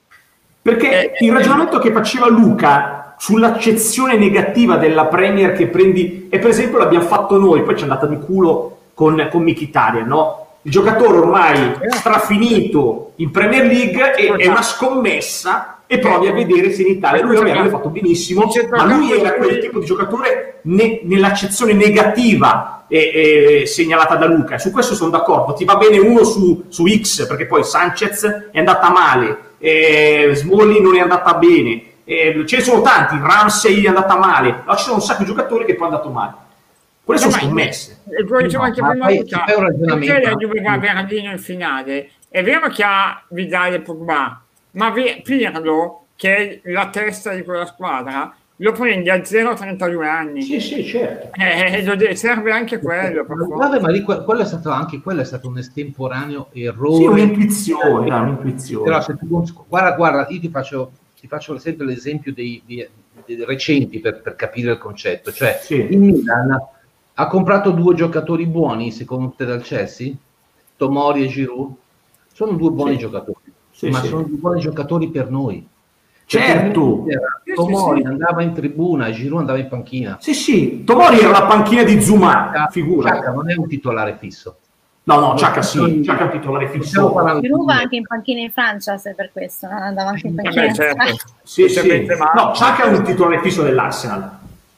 Perché Eh, il ragionamento che faceva Luca sull'accezione negativa della Premier che prendi, e per esempio l'abbiamo fatto noi, poi ci è andata di culo con, con Mkhitaryan, no? Il giocatore ormai strafinito in Premier League e, è una scommessa e provi a vedere se in Italia lui aveva fatto benissimo, ma lui era quel tipo di giocatore ne, nell'accezione negativa e, e segnalata da Luca. Su questo sono d'accordo, ti va bene uno su, su X perché poi Sanchez è andata male, eh, Smalling non è andata bene, eh, ce ne sono tanti, Ramsey è andata male, no, ci sono un sacco di giocatori che poi è andato male. Quelle sono scommesse. E poi dicevo anche Ma prima fai- Luca, fai un ragionamento, perché la no? Juve va a Berlino in finale? È vero che ha Vidal e Pogba, ma Vi- Pirlo, che è la testa di quella squadra, lo prendi a zero a trentadue anni. Sì, sì, certo. Eh, lo de- serve anche quello. per Ma forza. guarda, ma lì que- quello è stato anche quello è stato un estemporaneo errore. Sì, un'intuizione, dai, un'intuizione. Però se tu, guarda, guarda, io ti faccio, ti faccio sempre l'esempio dei, dei- dei recenti per, per capire il concetto. Cioè, Sì. il Milan ha comprato due giocatori buoni, secondo te, dal Chelsea? Tomori e Giroud? Sono due buoni Sì. giocatori, Sì, ma sì. sono due buoni giocatori per noi. Certo. Perché Sì, sì, Tomori sì. andava in tribuna e Giroud andava in panchina. Sì, sì, Tomori era la panchina di Zuma, Xhaka figura. non è un titolare fisso. No, no, Xhaka sì, Xhaka è un titolare Stiamo fisso. parlando di Giroud va anche in panchina in Francia, se per questo non andava anche in panchina. Vabbè, certo. Sì, Se sì. Benzema- No, Xhaka è un titolare fisso dell'Arsenal.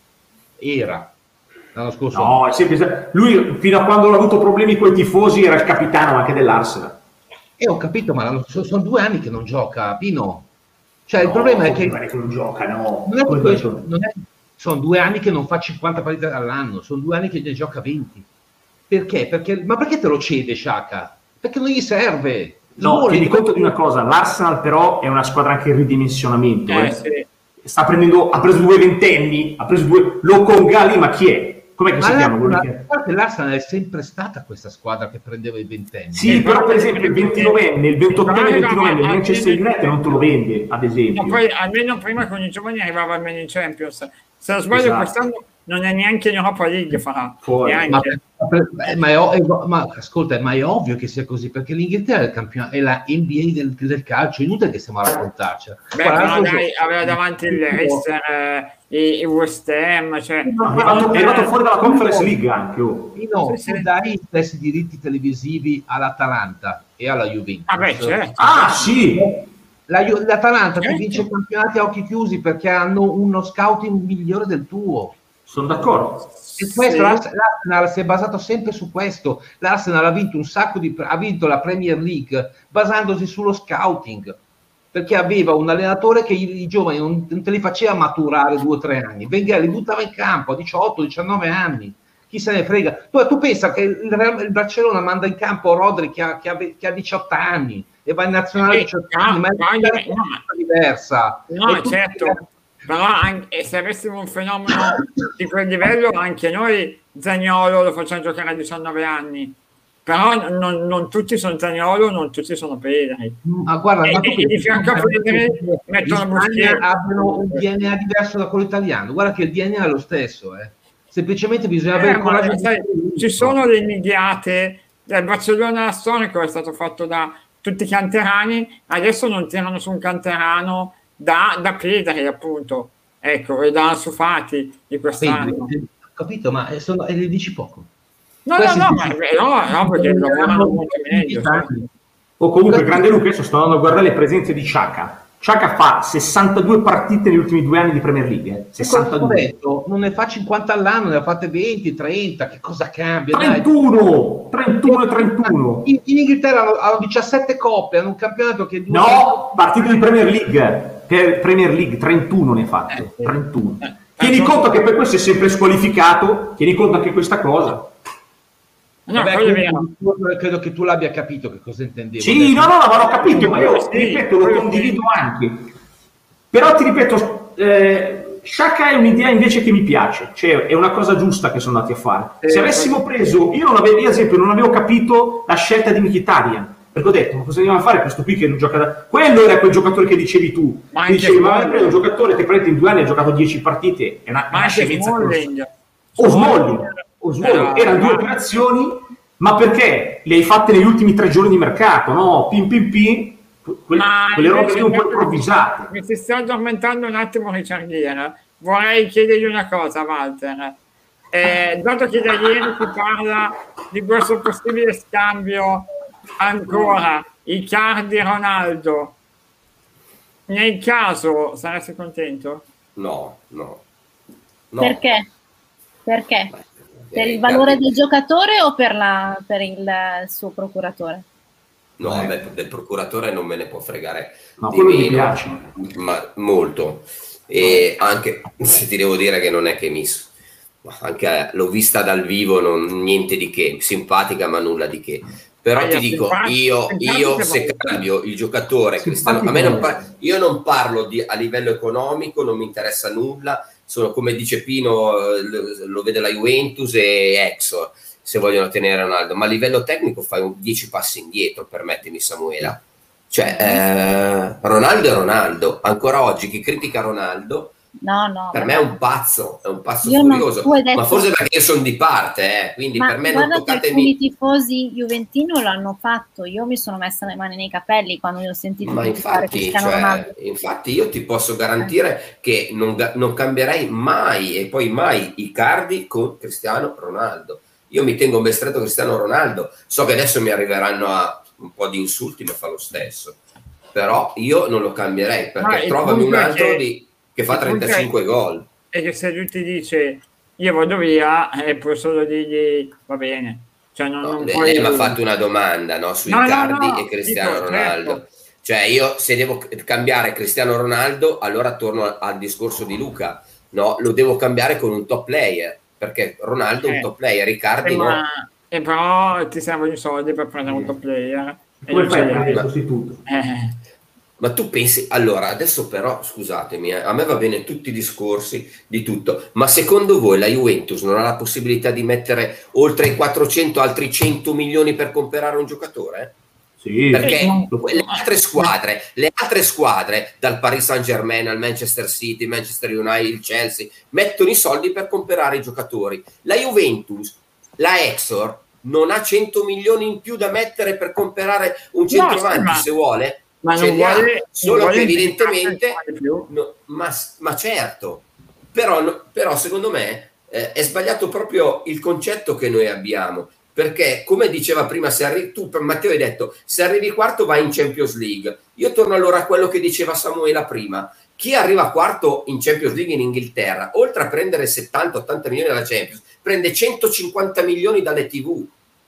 Era l'anno scorso. No, è sempre... lui fino a quando ha avuto problemi con i tifosi era il capitano anche dell'Arsenal. E ho capito, ma l'anno- so- sono due anni che non gioca Pino. Cioè il No, problema è come che pare che non gioca, no. non è che Come questo- pare che- non è- sono due anni che non fa cinquanta partite all'anno, sono due anni che ne gioca venti. Perché? Perché ma perché te lo cede Xhaka? Perché non gli serve. No, Smalling- tieni conto di una cosa, l'Arsenal però è una squadra anche in ridimensionamento. Eh, eh. sì. Sta prendendo, ha preso due ventenni, ha preso due Lokonga, ma chi è? Com'è che Ma si chiama? quello l'Arsenal, che- a parte l'Arsenal è sempre stata questa squadra che prendeva i ventenni. Sì, però per esempio il ventinovenne, il ventottenne e il ventinovenne il Manchester United non te lo vende, ad esempio. Ma poi almeno prima con i giovani arrivava almeno in Champions. Se non sbaglio, Esatto. quest'anno non è neanche in Europa League farà. Fuori. Neanche. Ma, per- eh, ma è, ov- è ov- ma ascolta, ma è ovvio che sia così perché l'Inghilterra è, il campion- è la N B A del, del calcio, è inutile che stiamo a raccontarci. Beh, Guarda, però l'altro dai, giorno- aveva davanti il Leicester, eh, i, i West Ham, cioè, No, è, arrivato, è arrivato fuori dalla Conference League anche. Oh. No, Sì, sì. tu dai gli stessi diritti televisivi all'Atalanta e alla Juventus. ah beh, certo. Ah, sì! La Ju- L'Atalanta ti Certo. vince i campionati a occhi chiusi perché hanno uno scouting migliore del tuo. Sono d'accordo. E questo, Sì. l'Ars- l'Arsenal si è basato sempre su questo. L'Arsenal ha vinto un sacco di ha vinto la Premier League basandosi sullo scouting, perché aveva un allenatore che i, i giovani non, non te li faceva maturare due o tre anni, Wenger li buttava in campo a diciotto diciannove anni. Chi se ne frega? Tu, tu pensa che il, Real- il Barcellona manda in campo Rodri che ha, che ha, che ha diciotto anni e va in nazionale a Eh, diciotto no, anni, ma è ma- una no. cosa diversa. No, E tu- certo, però anche, se avessimo un fenomeno di quel livello, anche noi Zaniolo lo facciamo giocare a diciannove anni, però non, non tutti sono Zaniolo, non tutti sono Pedri. Ma guarda, E- ma tu e di fianco a Pedri mettono gli Busquets. Spagna abbiano un D N A diverso da quello italiano. Guarda che il D N A è lo stesso, eh. Semplicemente bisogna Eh, avere il ma coraggio di sai, ci sono le immediate, il Barcellona storico è stato fatto da tutti i canterani, adesso non tirano su un canterano da, da Pedri, appunto, ecco, e da Ansu Fati di quest'anno. Ho capito, ma è solo, e le dici poco. No, no, Questi- no, ma, no, no, perché lavorano molto meglio. sì. O comunque, grande Luca, adesso sto andando a guardare le presenze di Xhaka. Xhaka fa sessantadue partite negli ultimi due anni di Premier League. Eh? sessantadue. Detto, non ne fa cinquanta all'anno, ne ha fatte venti, trenta, che cosa cambia? trentuno, trentuno e trentuno. In, in Inghilterra hanno, hanno diciassette coppe, hanno un campionato che... No, anni... partite di Premier League, per Premier League, trentuno ne ha fatto, eh, trentuno. Eh, tieni conto che per questo è sempre squalificato, tieni conto anche questa cosa. No, Vabbè, credo, credo che tu l'abbia capito che cosa intendevo. Sì, no, no, no, ma l'ho capito, ma io ti ripeto, lo condivido anche. Però ti ripeto, eh, Xhaka è un'idea invece che mi piace, cioè è una cosa giusta che sono andati a fare. Eh, Se avessimo preso, io non avevo, io ad esempio non avevo capito la scelta di Mkhitaryan, perché ho detto, ma cosa andiamo a fare questo qui che non gioca da... Quello era quel giocatore che dicevi tu, ma dicevi, ma hai preso un giocatore che praticamente in due anni ha giocato dieci partite, è una, una scemenza. O Smalling. Oswaldo, erano due operazioni, ma perché le hai fatte negli ultimi tre giorni di mercato, no? Pim pim pim, que- quelle robe lì un po' improvvisate. Mi si sta addormentando un attimo Ricciardiera. Vorrei chiedergli una cosa, Walter. Eh, dato che da ieri si parla di questo possibile scambio ancora, Icardi-Ronaldo, nel caso saresti contento? No, no. no. Perché? Perché? Per il valore del giocatore o per, la, per il suo procuratore? No, beh, del procuratore non me ne può fregare no, di meno, mi piace. Ma molto. E anche se ti devo dire che non è che mi... Anche l'ho vista dal vivo, non, niente di che, simpatica ma nulla di che. Però ah, ti dico, io, io se cambio il giocatore Cristiano, a me non par- io non parlo di, a livello economico, non mi interessa nulla. Sono, come dice Pino, lo vede la Juventus e Exor se vogliono tenere Ronaldo, ma a livello tecnico fai un dieci passi indietro, permettimi Samuela, cioè eh, Ronaldo è Ronaldo, ancora oggi chi critica Ronaldo no, no, per me è un pazzo, è un pazzo io furioso, non, detto... ma forse perché io sono di parte, eh, quindi ma per me non toccatemi. I tifosi juventino l'hanno fatto, io mi sono messa le mani nei capelli quando io ho sentito ma infatti, cioè, infatti io ti posso garantire che non, non cambierei mai e poi mai Icardi con Cristiano Ronaldo. Io mi tengo ben stretto Cristiano Ronaldo, so che adesso mi arriveranno a un po' di insulti, ma fa lo stesso, però io non lo cambierei perché trovami un altro che... di che fa trentacinque gol. E che se lui ti dice io vado via, e puoi solo dirgli va bene. Cioè non, no, non lei puoi... mi ha fatto una domanda, no, su no, Icardi no, no, e Cristiano dico, Ronaldo. Certo. Cioè io se devo cambiare Cristiano Ronaldo, allora torno al discorso di Luca, no, lo devo cambiare con un top player, perché Ronaldo è eh, un top player, Icardi eh, no. Ma, e però ti servono i soldi per prendere un top player. Come fai a prendere il sostituto? Eh. Ma tu pensi, allora adesso però scusatemi, eh, a me va bene tutti i discorsi di tutto, ma secondo voi la Juventus non ha la possibilità di mettere oltre i quattrocento altri cento milioni per comprare un giocatore? Sì, perché sì. le altre squadre, le altre squadre dal Paris Saint-Germain al Manchester City, Manchester United, il Chelsea mettono i soldi per comprare i giocatori. La Juventus, la Exor non ha cento milioni in più da mettere per comprare un centravanti, no, se vuole. Ma non vuole, solo non che evidentemente no, ma, ma certo però, no, però secondo me eh, è sbagliato proprio il concetto che noi abbiamo, perché come diceva prima, se arrivi, tu Matteo hai detto se arrivi quarto vai in Champions League. Io torno allora a quello che diceva Samuela prima: chi arriva quarto in Champions League in Inghilterra, oltre a prendere settanta ottanta milioni dalla Champions, prende centocinquanta milioni dalle tivù.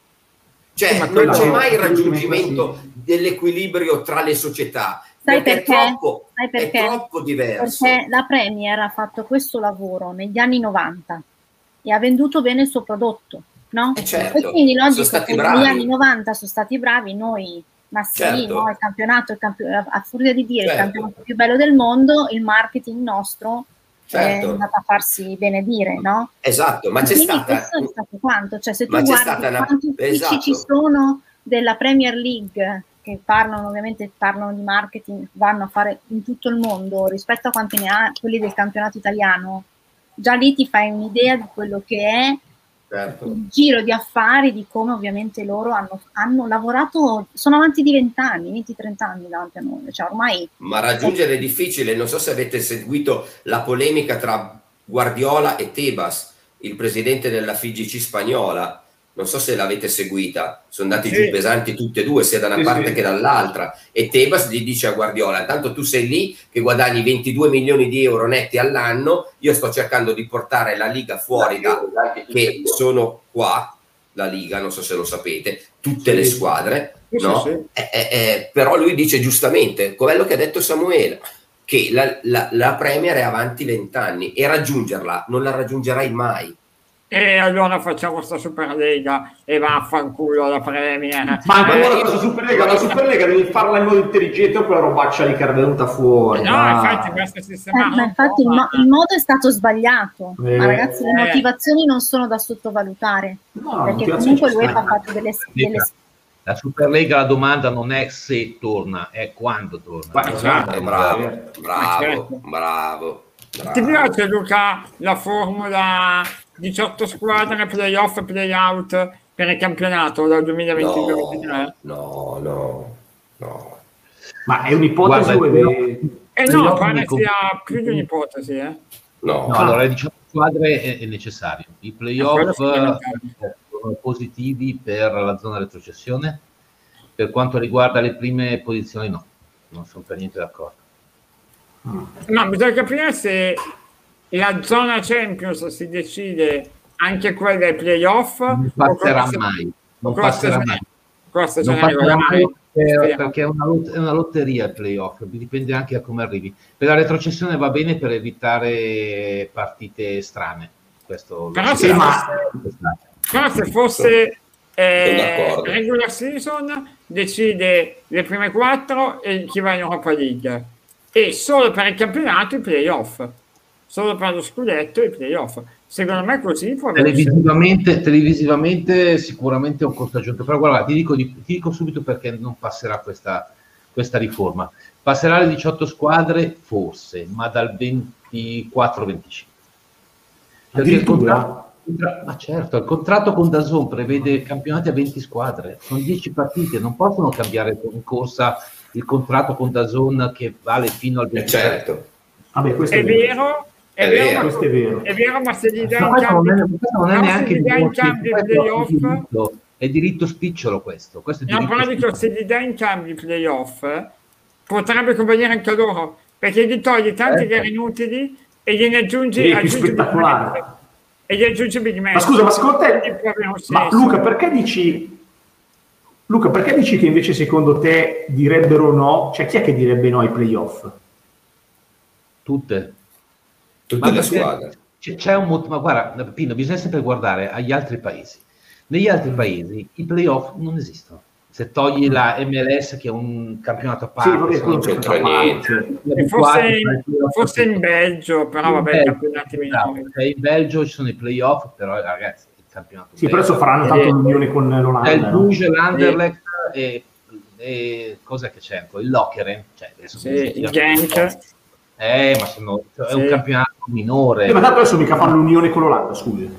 Cioè sì, non c'è mai il raggiungimento dell'equilibrio tra le società. Sai perché? È troppo, Sai perché? È troppo diverso. Perché la Premier ha fatto questo lavoro negli anni novanta e ha venduto bene il suo prodotto, no? Eh certo, e quindi logico che bravi. negli anni novanta sono stati bravi, noi ma sì, certo. no, il campionato, il camp- a furia di dire certo. il campionato più bello del mondo, il marketing nostro certo. è andato a farsi benedire, no? Esatto, ma c'è quindi stata... questo è stato quanto, cioè se tu ma guardi una... quanti uffici esatto. ci sono della Premier League che parlano ovviamente parlano di marketing, vanno a fare in tutto il mondo rispetto a quanti ne ha quelli del campionato italiano, già lì ti fai un'idea di quello che è certo. il giro di affari, di come ovviamente loro hanno, hanno lavorato, sono avanti di venti anni, venti trenta anni davanti a noi, cioè ormai... Ma raggiungere è difficile, non so se avete seguito la polemica tra Guardiola e Tebas, il presidente della F I G C spagnola, non so se l'avete seguita, sono andati sì. giù pesanti tutte e due, sia da una sì, parte sì. che dall'altra, e Tebas gli dice a Guardiola: tanto tu sei lì che guadagni ventidue milioni di euro netti all'anno, io sto cercando di portare la Liga fuori da che sono qua, la Liga, non so se lo sapete, tutte sì. le squadre, sì, no? sì, sì. Eh, eh, eh, però lui dice giustamente quello che ha detto Samuele, che la, la, la Premier è avanti vent'anni e raggiungerla non la raggiungerai mai. E allora facciamo sta Superlega e vaffanculo la Premier. Ma ancora Ma io- questa Superlega, la Superlega devi farla in modo intelligente o quella robaccia lì che era venuta fuori. No, dai. infatti basta Eh, sistemarlo ma un infatti po', il, mo- ma- il modo è stato sbagliato, Eh. ma ragazzi le Eh. motivazioni non sono da sottovalutare, No, la perché motivazione comunque ci l'UEFA sta. ha fatto delle, delle La Superlega, la domanda non è se torna, è quando torna. Ma esatto, Eh, bravo, certo. bravo, certo. bravo, bravo. Ti piace Luca la formula diciotto squadre, playoff e playout per il campionato dal duemilaventidue ventitré? No, no, no. Ma è un'ipotesi Guarda, o è io- Eh no, Playoff pare mi sia convince- più di un'ipotesi, eh. No, No, allora le diciotto squadre è, è necessario. I quello playoff fondamentale. eh, sono positivi per la zona retrocessione. Per quanto riguarda le prime posizioni, no, non sono per niente d'accordo. No, bisogna capire se la zona Champions si decide anche quella dei playoff. Non o passerà con la- mai. Non con la passerà stagione- mai. con la Non stagione passerà regolare. mai perché, Speriamo. perché è, una, lot- è una lotteria il playoff, dipende anche da come arrivi. Per la retrocessione va bene per evitare partite strane. Questo Però lo se, si sa. fosse, però se fosse eh, d'accordo. regular season decide le prime quattro e chi va in Europa League, e solo per il campionato i playoff, solo per lo scudetto i playoff. Secondo me così può avere senso. Televisivamente, televisivamente sicuramente è un costo aggiunto, però guarda, ti dico, di- ti dico subito perché non passerà questa, questa riforma. Passerà le diciotto squadre forse, ma dal ventiquattro venticinque. Perché il contratto, ma certo, il contratto con D A Z N prevede campionati a venti squadre, sono dieci partite, non possono cambiare in corsa il contratto con D A Z N che vale fino al Eh, ventitré. certo. Vabbè, questo È vero, è, È vero, vero, ma, questo è vero. è vero, ma se gli dai Ma in questo non cambio, è, questo non è no, se neanche gli dai in diritto, cambio i questo è playoff, diritto, è diritto spicciolo questo, questo è no, diritto però dico, spicciolo. se gli dai in cambio i playoff, potrebbe convenire anche a loro, perché gli togli tanti Certo. gare inutili e gliene aggiungi, Sì, è più aggiungi Big spettacolare. Match. E gli aggiungi Big Match. Ma scusa, ma secondo Quindi te, può avere un ma senso. Luca, perché dici, Luca, perché dici che invece secondo te direbbero no? Cioè, chi è che direbbe no ai playoff? Tutte. Tutte Ma le perché squadre. c'è, c'è un motivo, ma guarda, Pino, bisogna sempre guardare agli altri paesi. Negli altri paesi i playoff non esistono. Se togli la M L S, che è un campionato a Sì, parte, vabbè, sono non c'entra niente. E forse, in, forse in Belgio, però In vabbè, Belgio, campionati esatto. minori. Cioè, in Belgio ci sono i playoff, però ragazzi, il campionato Sì, però adesso faranno Sì. tanto l'unione con c'è il l'Olanda, no? Bruges, l'Anderlecht e, e cos'è che c'è ancora? Il Lokeren, cioè, adesso Sì, non si il chiama. Genk. Eh, ma sono, è un Sì. campionato minore. Eh, ma tanto adesso mica fanno l'unione con l'Olanda, scusi.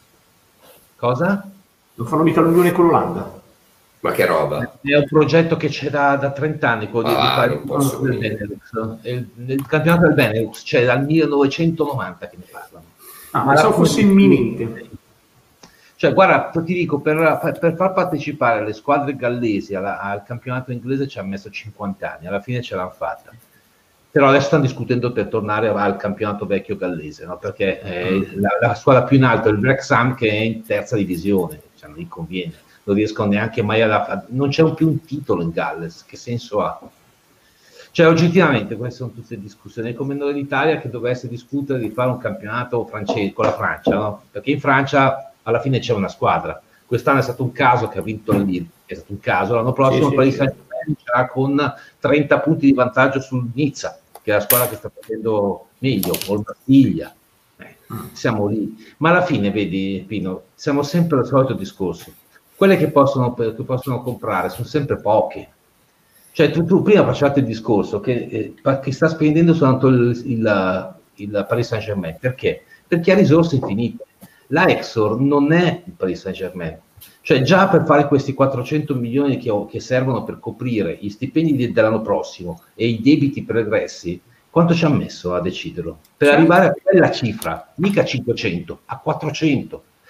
Cosa? Non fanno mica l'unione con l'Olanda. Ma che roba. È un progetto che c'è da, da trenta anni, quello di, Ah, di fare non il posso campionato del dire. Benelux. E il, nel campionato del Benelux c'è dal millenovecentonovanta che ne parlano. Ah, Ma pensavo la- fosse imminente. Cioè, guarda, ti dico, per, per far partecipare le squadre gallesi alla- al campionato inglese ci ha messo cinquanta anni, alla fine ce l'hanno fatta. Però adesso stanno discutendo per tornare al campionato vecchio gallese, no? Perché eh, la, la squadra più in alto è il Wrexham, che è in terza divisione, cioè non gli conviene, non riescono neanche mai a... non c'è più un titolo in Galles, che senso ha? Cioè oggettivamente queste sono tutte discussioni, è come noi l'Italia che dovesse discutere di fare un campionato francese con la Francia, no? Perché in Francia alla fine c'è una squadra, quest'anno è stato un caso che ha vinto il Lille, è stato un caso, l'anno prossimo Sì, il sì, Paris sì. Saint-Germain sarà con trenta punti di vantaggio sul Nizza, che è la squadra che sta facendo meglio, o il Marsiglia. Eh, siamo lì, ma alla fine vedi Pino, siamo sempre al solito discorso, quelle che possono, che possono comprare sono sempre poche. Cioè tu, tu prima facevate il discorso che, eh, che sta spendendo soltanto il, il, il Paris Saint-Germain, perché? Perché ha risorse infinite. La Exor non è il Paris Saint-Germain, cioè già per fare questi quattrocento milioni che, ho, che servono per coprire gli stipendi de, dell'anno prossimo e i debiti pregressi, quanto ci ha messo a deciderlo? Per Certo. arrivare a quella cifra, mica cinquecento, a quattrocento.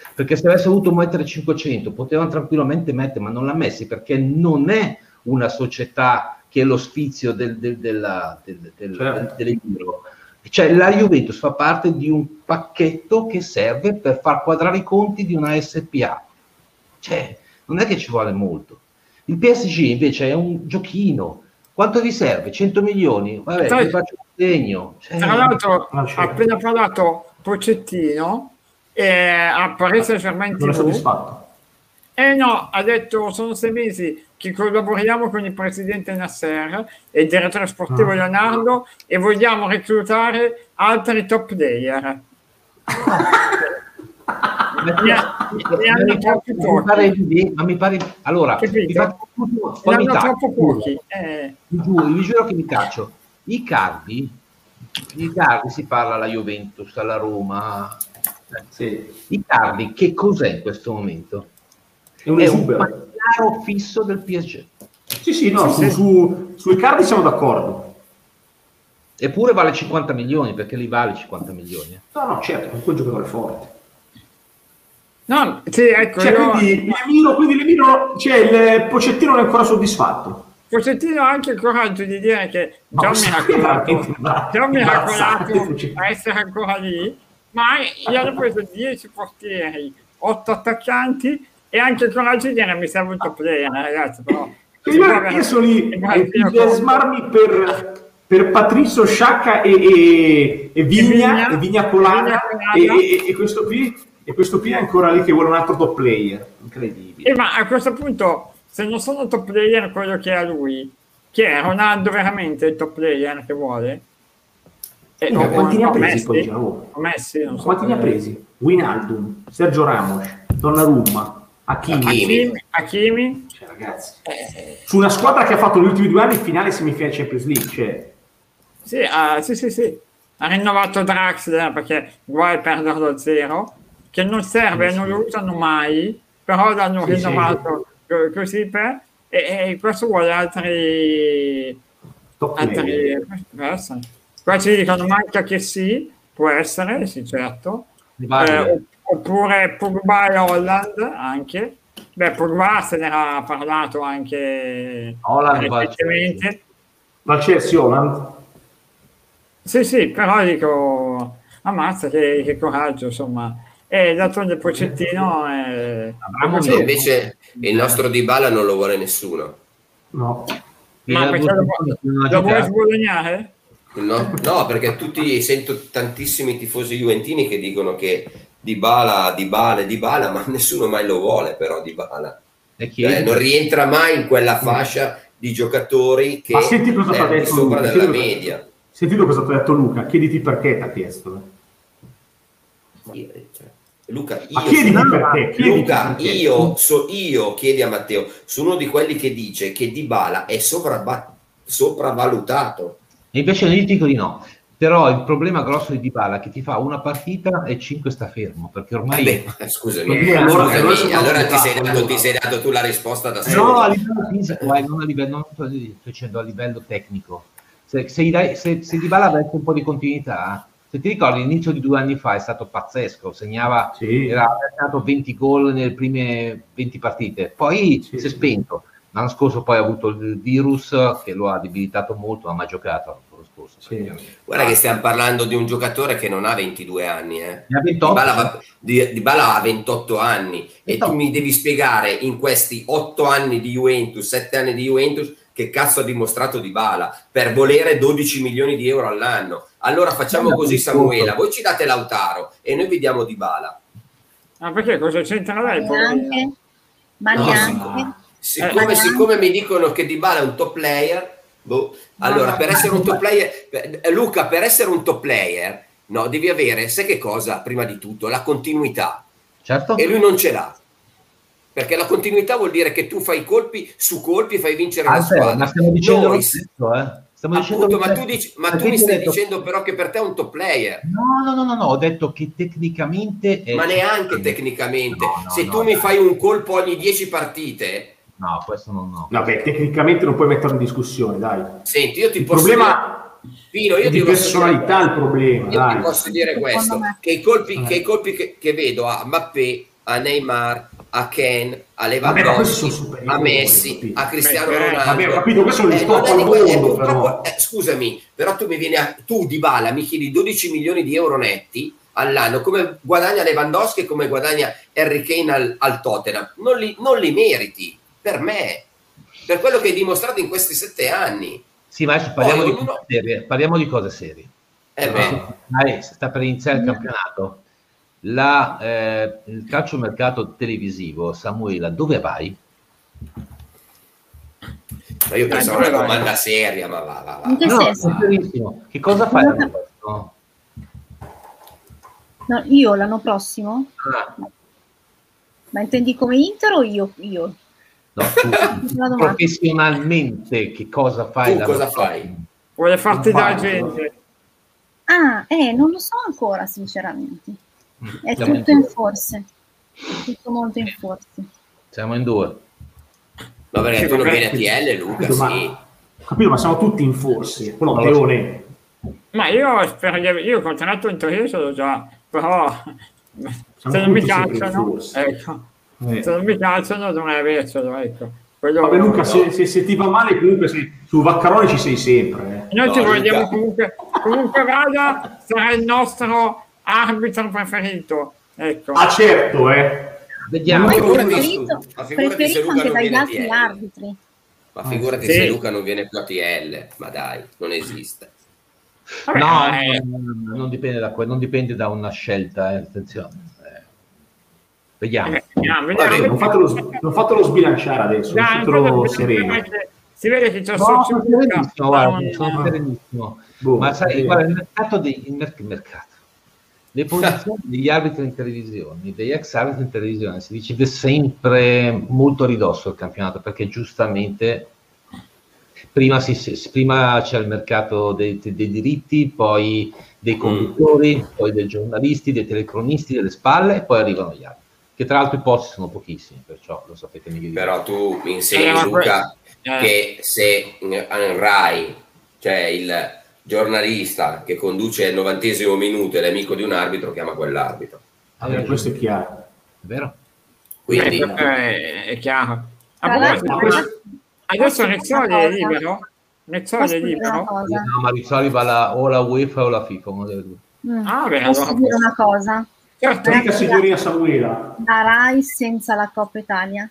perché se avesse voluto mettere cinquecento potevano tranquillamente mettere, ma non l'ha messi perché non è una società che è lo sfizio del, del, della, del, del, certo. del, del cioè la Juventus fa parte di un pacchetto che serve per far quadrare i conti di una S P A, cioè non è che ci vuole molto. Il P S G invece è un giochino. Quanto vi serve? cento milioni? Vabbè, Sai, vi faccio un segno. Cioè, tra l'altro ha appena parlato Pochettino e a Paris Saint-Germain non è soddisfatto. Eh no, ha detto sono sei mesi che collaboriamo con il presidente Nasser e il direttore sportivo ah. Leonardo e vogliamo reclutare altri top player. Ne hanno troppo pochi. Ma mi pare allora mi faccio, ne hanno troppo pochi. Eh. Vi giuro, vi giuro che mi caccio. I Cardi, i Cardi si parla alla Juventus, alla Roma. Sì. I Cardi, che cos'è in questo momento? È un, è un chiaro fisso del P S G. Sì, sì, no, sì, su, sì. Su, sui Cardi siamo d'accordo. Eppure vale cinquanta milioni, perché li vale cinquanta milioni. No, no, certo, è quel giocatore forte. No, sì, ecco, cioè, io... quindi, Lemiro, quindi Lemiro, cioè, il Pochettino non è ancora soddisfatto. Pochettino ha anche il coraggio di dire che già miracolato, già miracolato a essere ancora lì, ma gli hanno preso dieci portieri, otto attaccanti e anche il coraggio di dire mi serve un top player, ragazzi, però... Io, io sono lì a entusiasmarmi per, per Patrizio Sciacca e, e, e Vigna, e Vigna Colana, e, e, e questo qui... E questo qui è ancora lì che vuole un altro top player, incredibile. Eh, ma a questo punto, se non sono top player quello che ha lui, che è Ronaldo veramente il top player che vuole? Eh, o, quanti ne ha presi Messi? poi diciamo? Messi, non so quanti ne ha presi? Wijnaldum, Sergio Ramos, Donnarumma, Hakimi. Hakimi, Hakimi. Cioè, ragazzi, eh. su una squadra che ha fatto negli ultimi due anni finale semifinale Champions League, cioè... Sì, uh, sì, sì, sì. Ha rinnovato Draxler perché guai perderlo a zero. Che non serve, sì, non lo usano mai, però l'hanno sì, rinnovato sì. così per, e, e questo vuole altri, altri qua ci dicono manca che sì, può essere, sì certo, eh, oppure Pogba e Holland anche, beh Pogba se ne era parlato anche Holland recentemente. Ma c'è sì Holland? Sì sì, però dico ammazza che, che coraggio insomma. E d'altronde Pochettino è... Sì, invece il nostro Dybala non lo vuole nessuno. No. Ma perché lo, lo vuole sbolognare? No, no, perché tutti sento tantissimi tifosi juventini che dicono che Dybala, Dybala, Dybala, ma nessuno mai lo vuole però Dybala. Cioè, non rientra mai in quella fascia di giocatori che è di sopra Luca, della media. Sentito cosa ti ha detto Luca, chiediti perché ti ha chiesto. Io, cioè, Luca, io, Ma chiediti sono, perché, chiediti Luca perché. io, so, io chiedi a Matteo, sono uno di quelli che dice che Dybala è sopra, sopravvalutato. E invece io dico di no. Però il problema grosso di Dybala è che ti fa una partita e cinque sta fermo, perché ormai... Beh, scusami, eh, allora, scusami, allora ti, sei dato, ti sei dato tu la risposta da solo. No, a livello fisico, eh, non a livello, non sto dicendo a livello tecnico. Se, se, se, se Dybala avesse un po' di continuità... Se ti ricordi, l'inizio di due anni fa è stato pazzesco, segnava, sì. era segnato venti gol nelle prime venti partite, poi sì, si è spento. L'anno scorso poi ha avuto il virus che lo ha debilitato molto, non ha mai giocato l'anno scorso. Sì. Guarda che stiamo parlando di un giocatore che non ha ventidue anni, eh. Ne ha ventotto. Dybala, Dybala ha ventotto anni ventotto. E tu mi devi spiegare in questi otto anni di Juventus, sette anni di Juventus, che cazzo ha dimostrato Dybala per volere dodici milioni di euro all'anno. Allora facciamo così, Samuela, voi ci date Lautaro e noi vi diamo Dybala. Ah, perché cosa c'entra lei? Ma neanche, ma no, neanche. Siccome, eh, siccome mi dicono che Dybala è un top player, boh, allora no, per essere un top player, per, Luca, per essere un top player, no, devi avere, sai che cosa? Prima di tutto, la continuità. Certo. E lui non ce l'ha. Perché la continuità vuol dire che tu fai colpi su colpi e fai vincere ah, la squadra. Ma stiamo dicendo Noi, lo stesso, eh. Stiamo appunto, dicendo ma tu, dici, ma tu mi stai detto... dicendo però che per te è un top player. No, no, no, no, no. Ho detto che tecnicamente è... Ma neanche tecnicamente. No, no, Se no, tu no, mi dai. fai un colpo ogni dieci partite... No, questo non no. No, beh, tecnicamente non puoi metterlo in discussione, dai. Senti, io ti il posso problema dire... Pino, io è ti di personalità dire... il problema, io dai. ti posso dire questo, che i colpi, che, i colpi che, che vedo a Mbappé a Neymar, a Ken, a Lewandowski, a Messi, a Cristiano Ronaldo. Vabbè, ho capito, questo è un eh, stop al mondo, però. Eh, scusami, però tu mi vieni a, tu Dybala mi chiedi dodici milioni di euro netti all'anno, come guadagna Lewandowski e come guadagna Harry Kane al, al Tottenham. Non li, non li meriti, per me, per quello che hai dimostrato in questi sette anni. Sì, ma adesso parliamo, Poi, di, uno... cose serie, parliamo di cose serie. Eh beh. Dai, sta per iniziare il campionato. La, eh, il calciomercato televisivo, Samuela, dove vai? Ma io pensavo una domanda seria, ma va, va, va. In che No, senso? benissimo. Che cosa fai l'anno prossimo? No, io l'anno prossimo? Ah, Ma intendi come Inter o io? io? no, tu, professionalmente che cosa fai? Tu l'anno cosa prossimo? fai? Vuole farti da gente. Ah, eh, non lo so ancora, sinceramente. È Siamo tutto in in due. forse. Tutto molto in forse. Siamo in due. Ma perché Sì, tu non vabbè. vieni a T L, Luca? Ma- Sì. Ho capito, ma siamo tutti in forse. Quello Non lo so. Teone. Ma io spero di io il contratto in teoria ce l'ho già, però se non mi tutti sempre in cacciano, forza. ecco, Eh. se non mi cacciano dovrei avercelo, ecco. Quello- Vabbè Luca, no. se, se, se ti va male comunque sei, su Vaccarone ci sei sempre. Eh. Noi No, ti vogliamo Luca. comunque, comunque vada, sarà il nostro arbitro preferito, ecco. Ah certo, eh. Vediamo. Ma Poi figurati preferito, su- ma figurati se preferito Luca anche non dagli viene a altri T L. arbitri. Ma figurati Sì. se Luca non viene più a T L. Ma dai, non esiste. Vabbè, No, eh, non dipende da que- non dipende da una scelta, eh, attenzione. Eh, Vediamo. eh, vediamo, Vabbè, vediamo. non fatelo, non fatelo sbilanciare adesso, Dai, lasciatelo quello- sereno. Si vede che c'è No, sotto sono Luca, serenissimo, ma guarda, non- sono serenissimo. Boh, Ma sai, eh. guarda, il mercato, dei, il, mer- il mercato, le posizioni degli arbitri in televisione, degli ex arbitri in televisione, si decide sempre molto a ridosso il campionato, perché giustamente prima, si, si- prima c'è il mercato dei, dei diritti, poi dei conduttori, poi dei giornalisti, dei telecronisti, delle spalle, e poi arrivano gli altri, che tra l'altro i posti sono pochissimi, perciò lo sapete meglio di me. Però tu mi insegni, Eh, ma Luca, que- eh. che se in in Rai c'è il giornalista che conduce il novantesimo minuto e l'amico di un arbitro, chiama quell'arbitro. Vabbè, questo è chiaro. È vero? Quindi Eh, eh, è chiaro. A Tra proposito, l'altro, adesso- adesso posso Rizzoli dire è una cosa? libero? Rizzoli Posso è dire una libero? cosa? No, ma Rizzoli va la, o la UEFA o la FIFA, una delle due. Mm. Ah, beh, Posso allora dire posso. una cosa? Certo, Dica signorina Samuela. La Rai senza la Coppa Italia?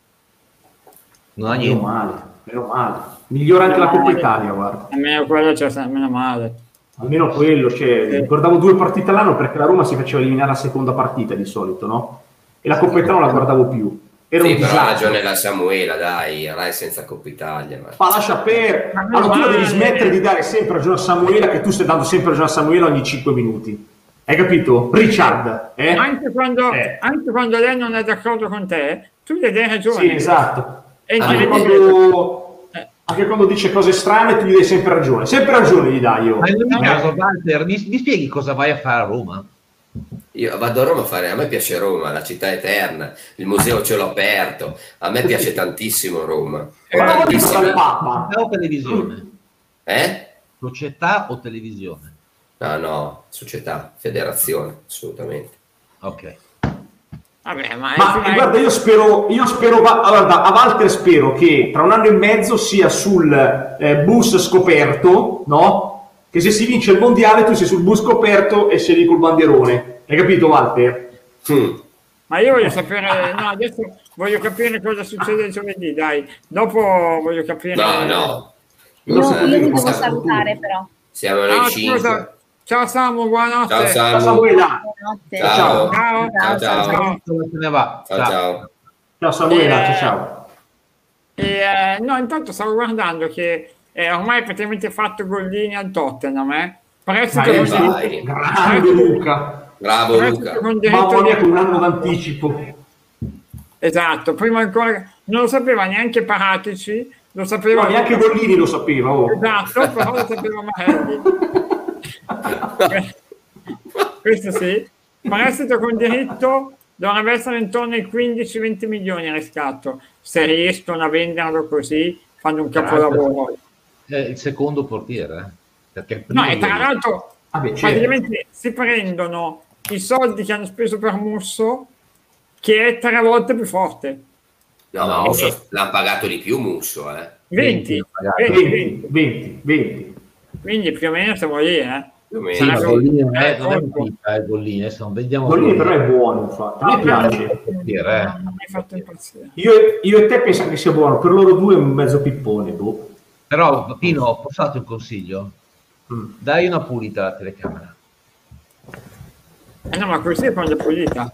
Non ha Meno niente. male, meno male. Migliora anche la Coppa Italia, guarda. almeno quello c'è sempre meno male. Almeno quello, cioè, Sì. guardavo due partite all'anno perché la Roma si faceva eliminare la seconda partita di solito, no? E la Coppa Italia non la guardavo più. Era sì, un però ha disastro. ragione la Samuela, dai, Rai senza Coppa Italia. Ma... Ma lascia per. Ma meno Allora tu male. devi smettere di dare sempre ragione a Samuela, che tu stai dando sempre ragione a Samuela ogni cinque minuti. Hai capito? Richard, eh? Anche quando, Eh. anche quando lei non è d'accordo con te, tu gli dai ragione. Sì, esatto. E Anche ti- quando, Eh. anche quando dice cose strane tu gli dai sempre ragione. Sempre ragione gli dai io. Ma in ogni No, caso, Walter, mi, mi spieghi cosa vai a fare a Roma? Io vado a Roma a fare, a me piace Roma, la città eterna, il museo ce l'ho aperto, a me piace tantissimo Roma. Ho Ma non voglio tantissimi- fare il Papa. Società o televisione? Eh? Società o televisione? No, no, società, federazione, assolutamente. Ok. Vabbè, ma, Ma è- guarda, io spero, io spero, va- guarda, a Walter spero che tra un anno e mezzo sia sul eh, bus scoperto, no? Che se si vince il mondiale tu sei sul bus scoperto e sei lì col bandierone. Hai capito, Walter? Mm. ma io voglio sapere, no, adesso voglio capire cosa succede giovedì, dai. Dopo voglio capire. No, no. Io, Non so, io vi io devo non so. salutare però. Siamo noi Ah, cinque. scusa. Ciao Samu, buonanotte. Ciao Ciao Samu. Samuela. Buonanotte. Ciao. Ciao. Ciao, ciao. Ciao. Dove se ne va? Ciao, ciao. Ciao Samuela, Eh, ciao ciao. E, eh, no, intanto stavo guardando che eh, ormai praticamente fatto gollini al Tottenham, eh. Prestito Ma con è vai. diritto- grande Luca. Bravo prestito Luca. con diritto Mamma mia, di- con un anno d'anticipo. Esatto, prima ancora non lo sapeva neanche Paratici, lo sapeva No, neanche Gollini lo sapeva. Oh. Esatto, però lo sapeva Marelli. Questo sì. Prestito con diritto dovrebbe essere intorno ai quindici venti milioni il riscatto. Se riescono a venderlo così, fanno un capolavoro. È il secondo portiere. eh. Perché il primo No, e tra viene- l'altro Vabbè, certo. praticamente si prendono i soldi che hanno speso per Musso che è tre volte più forte. No, no, Musso l'ha pagato di più Musso, eh. venti, venti, venti, venti. Quindi più o meno siamo lì, eh. Sì, ma Gollini non è, non è un pizza, è Gollini, adesso non vendiamo Gollini però è buono, infatti, a me piace. Dire, eh. Non mi hai fatto impazzire. Io, io e te pensiamo che sia buono, per loro due è un mezzo pippone, boh. Però Pino, posso darti un consiglio? Mm. Dai una pulita alla telecamera. Eh no, ma così è quando è pulita.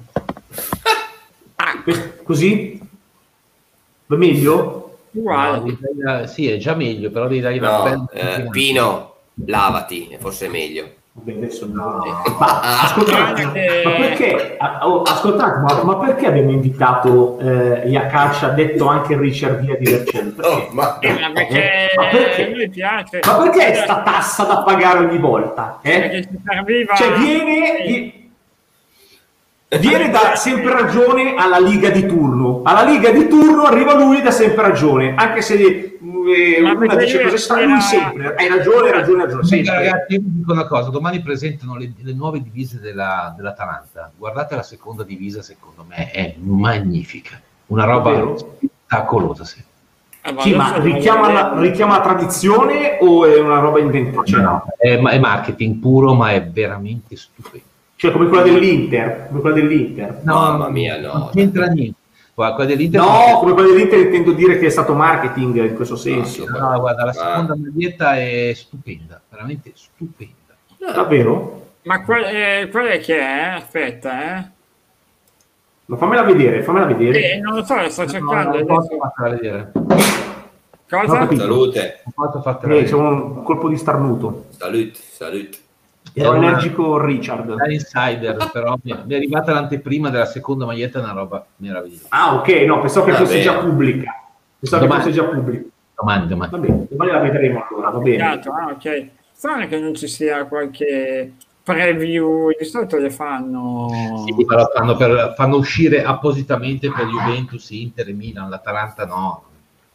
Ah. Così? Va meglio? Uguale. No, sì, è già meglio, però devi dare no, una bella... Eh, Pino, lavati, è forse meglio. Vabbè, adesso no. Ma ascoltate, ma perché, oh, ascoltate, ma, ma perché abbiamo invitato eh, Yakash, ha detto anche Richard Via di Vercelli? Oh, ma... Eh, ma perché, eh, ma perché? mi piace. Ma perché sta tassa da pagare ogni volta? Eh? Perché si serviva... Cioè viene... viene Viene da sempre ragione alla liga di turno. Alla liga di turno arriva lui da sempre ragione. Anche se eh, una dice cose strane, lui sempre. Hai ragione, hai ragione, hai ragione. Sì, ragazzi, io vi dico una cosa. Domani presentano le, le nuove divise della, dell'Atalanta. Guardate la seconda divisa, secondo me è magnifica. Una roba spettacolosa, sì. Eh, sì, ma richiama la, richiama la tradizione o è una roba inventata? Cioè, no, è, è marketing puro, ma è veramente stupendo. Cioè come quella dell'Inter, come quella dell'Inter. No, mamma mia, no. Non c'entra niente. Guarda, quella dell'Inter no, non... come quella dell'Inter intendo dire che è stato marketing in questo senso. No, no guarda, la seconda maglietta è stupenda, veramente stupenda. No, davvero? Ma qual è, qual è che è? Aspetta, eh. Ma fammela vedere, fammela vedere. Eh, non lo so, la sto cercando. No, non posso farla vedere. Cosa? Salute. Non posso farla vedere. Eh, c'è un colpo di starnuto. Salute, salute. È allergico Richard. Da insider, però mi è arrivata l'anteprima della seconda maglietta, è una roba meravigliosa. Ah, ok, no, pensavo che fosse già pubblica. Pensavo domani, che fosse già pubblica. Domani, domani. Va bene, domani la vedremo allora, va bene. Ah, ok. Strano che non ci sia qualche preview, di solito le fanno. Sì, però fanno, per, fanno uscire appositamente per Juventus, Inter e Milan, l'Atalanta no.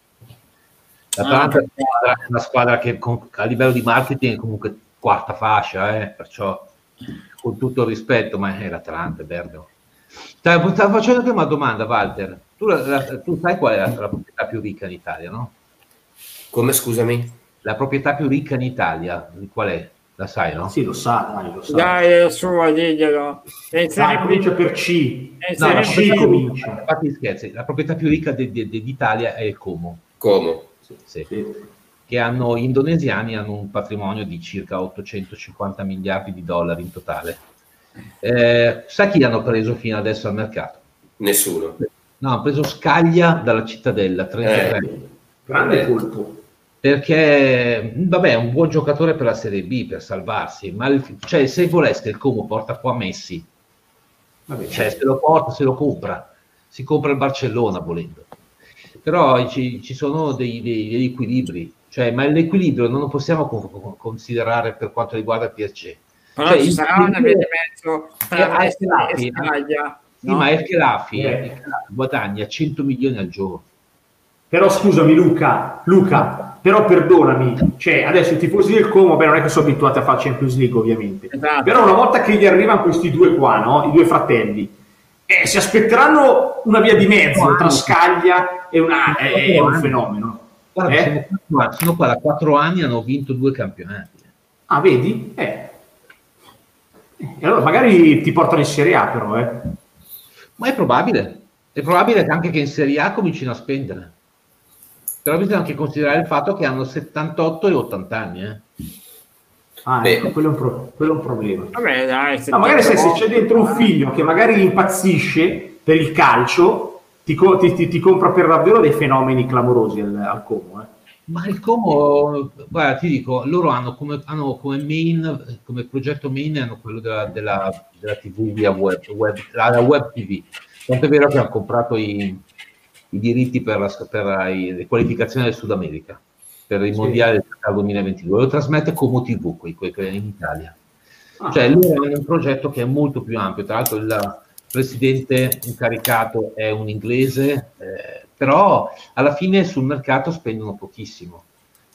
L'Atalanta ah, è una squadra che a livello di marketing è comunque quarta fascia, eh, perciò con tutto il rispetto, ma è l'Atalanta, è Bergamo. Stavo facendo anche una domanda, Walter. Tu, la, la, tu sai qual è la, la proprietà più ricca in Italia, no? Come, scusami? La proprietà più ricca in Italia, qual è? La sai, no? Sì, lo sa, dai, lo sa. Dai, su, diglielo. Dai, comincia per C. No, la C comincia. Infatti, scherzi, la proprietà più ricca d'Italia è il Como. Como? Sì, sì. Sì. Che hanno, gli indonesiani hanno un patrimonio di circa ottocentocinquanta miliardi di dollari in totale. Eh, sa chi hanno preso fino adesso al mercato? Nessuno. No, hanno preso Scaglia dalla Cittadella, trentatré. Eh, grande colpo. Perché, vabbè, è un buon giocatore per la Serie B, per salvarsi, ma il, cioè, se voleste il Como porta qua Messi. Vabbè, cioè, se lo porta, se lo compra. Si compra il Barcellona, volendo. Però ci, ci sono dei, dei, degli equilibri. Cioè, ma l'equilibrio non lo possiamo co- considerare per quanto riguarda il P S G. Però cioè, ci sarà una via di mezzo tra Messi e Scaglia. Sì, ma è che l'Afi eh. guadagna cento milioni al giorno. Però scusami Luca, Luca, però perdonami, cioè adesso i tifosi del Como, beh, non è che sono abituati a fare Champions League ovviamente, esatto. Però una volta che gli arrivano questi due qua, no? I due fratelli, eh, si aspetteranno una via di mezzo tra Scaglia e una, è, è un fenomeno. Guarda, eh? sono, qua, sono qua da quattro anni, hanno vinto due campionati. Ah, vedi? Eh. E allora magari ti portano in Serie A però, eh. Ma è probabile, è probabile anche che in Serie A comincino a spendere. Però bisogna anche considerare il fatto che hanno settantotto e ottanta anni. Eh. Ah, ecco, quello è un, pro- quello è un problema. Vabbè, dai, no, magari se, se c'è dentro un figlio che magari impazzisce per il calcio, ti, co- ti, ti, ti compra per davvero dei fenomeni clamorosi al, al Como. Eh. Ma il Como, guarda, ti dico, loro hanno come, hanno come main, come progetto main, hanno quello della, della, della tivù via web, web, la web tivù. Tanto è vero che hanno comprato i... i diritti per, la, per la, le qualificazioni del Sud America, per il sì. mondiale del duemilaventidue, lo trasmette come tivù qui, qui, qui in Italia. Ah. Cioè loro hanno un progetto che è molto più ampio, tra l'altro il presidente incaricato è un inglese, eh, però alla fine sul mercato spendono pochissimo.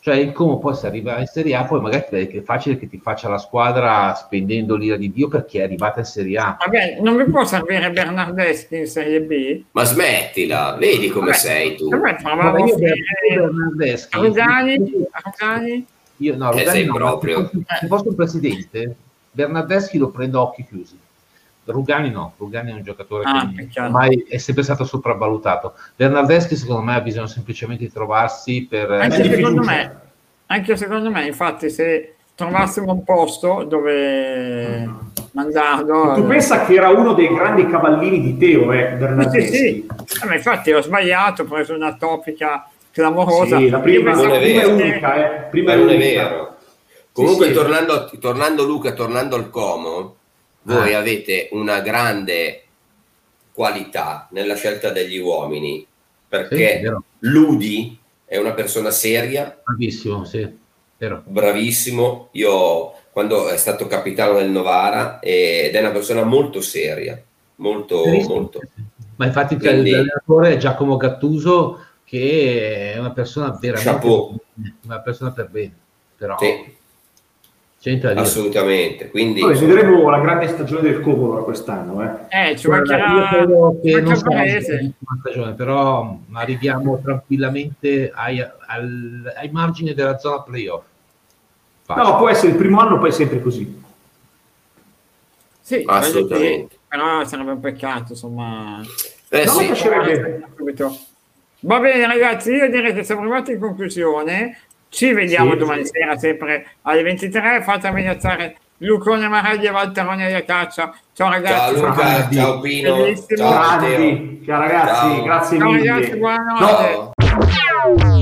Cioè il Como poi se arriva in Serie A, poi magari è facile che ti faccia la squadra spendendo l'ira di Dio perché è arrivata in Serie A. Vabbè, non mi può servire Bernardeschi in Serie B? Ma smettila, vedi come vabbè, sei tu. Vabbè, trovavo io Bernardeschi. Rugani, Rugani. Io no, che Rugani sei no, proprio. Se fosse un presidente, Bernardeschi lo prendo a occhi chiusi. Rugani no, Rugani è un giocatore ah, che ormai è sempre stato sopravvalutato. Bernardeschi secondo me ha bisogno semplicemente di trovarsi per... Anche secondo me, anche secondo me, infatti se trovassimo un posto dove mm. mandarlo... Tu pensa che era uno dei grandi cavallini di Teo, eh, Bernardeschi? Sì, sì. Eh, ma infatti ho sbagliato, ho preso una topica clamorosa. Sì, la prima, non è, prima è unica, eh. Prima non è, è vero. Comunque sì, tornando, tornando Luca, tornando al Como... Voi ah. avete una grande qualità nella scelta degli uomini, perché sì, Ludi è una persona seria, bravissimo, sì, vero. bravissimo. Io quando è stato capitano del Novara ed è una persona molto seria, molto, molto. Ma infatti quindi, l'allenatore è Giacomo Gattuso, che è una persona veramente chapeau. una persona per bene, però. Sì. Assolutamente, quindi poi vedremo la grande stagione del Como quest'anno, eh, eh ci mancherà che non stagione, però arriviamo tranquillamente ai, al, ai margini della zona playoff. Facile. No, può essere il primo anno, poi è sempre così. Sì, assolutamente. Però sarebbe un peccato, insomma. Eh, no, sì. Va bene, ragazzi, io direi che siamo arrivati in conclusione. Ci vediamo sì, domani sì. sera sempre alle ventitré. Fatemi alzare Lucone Maraglia e Valterone della Caccia. Ciao ragazzi. Ciao Luca, ciao Pino. Ciao, ciao ragazzi, ciao, grazie ciao mille. ragazzi, buonanotte. No.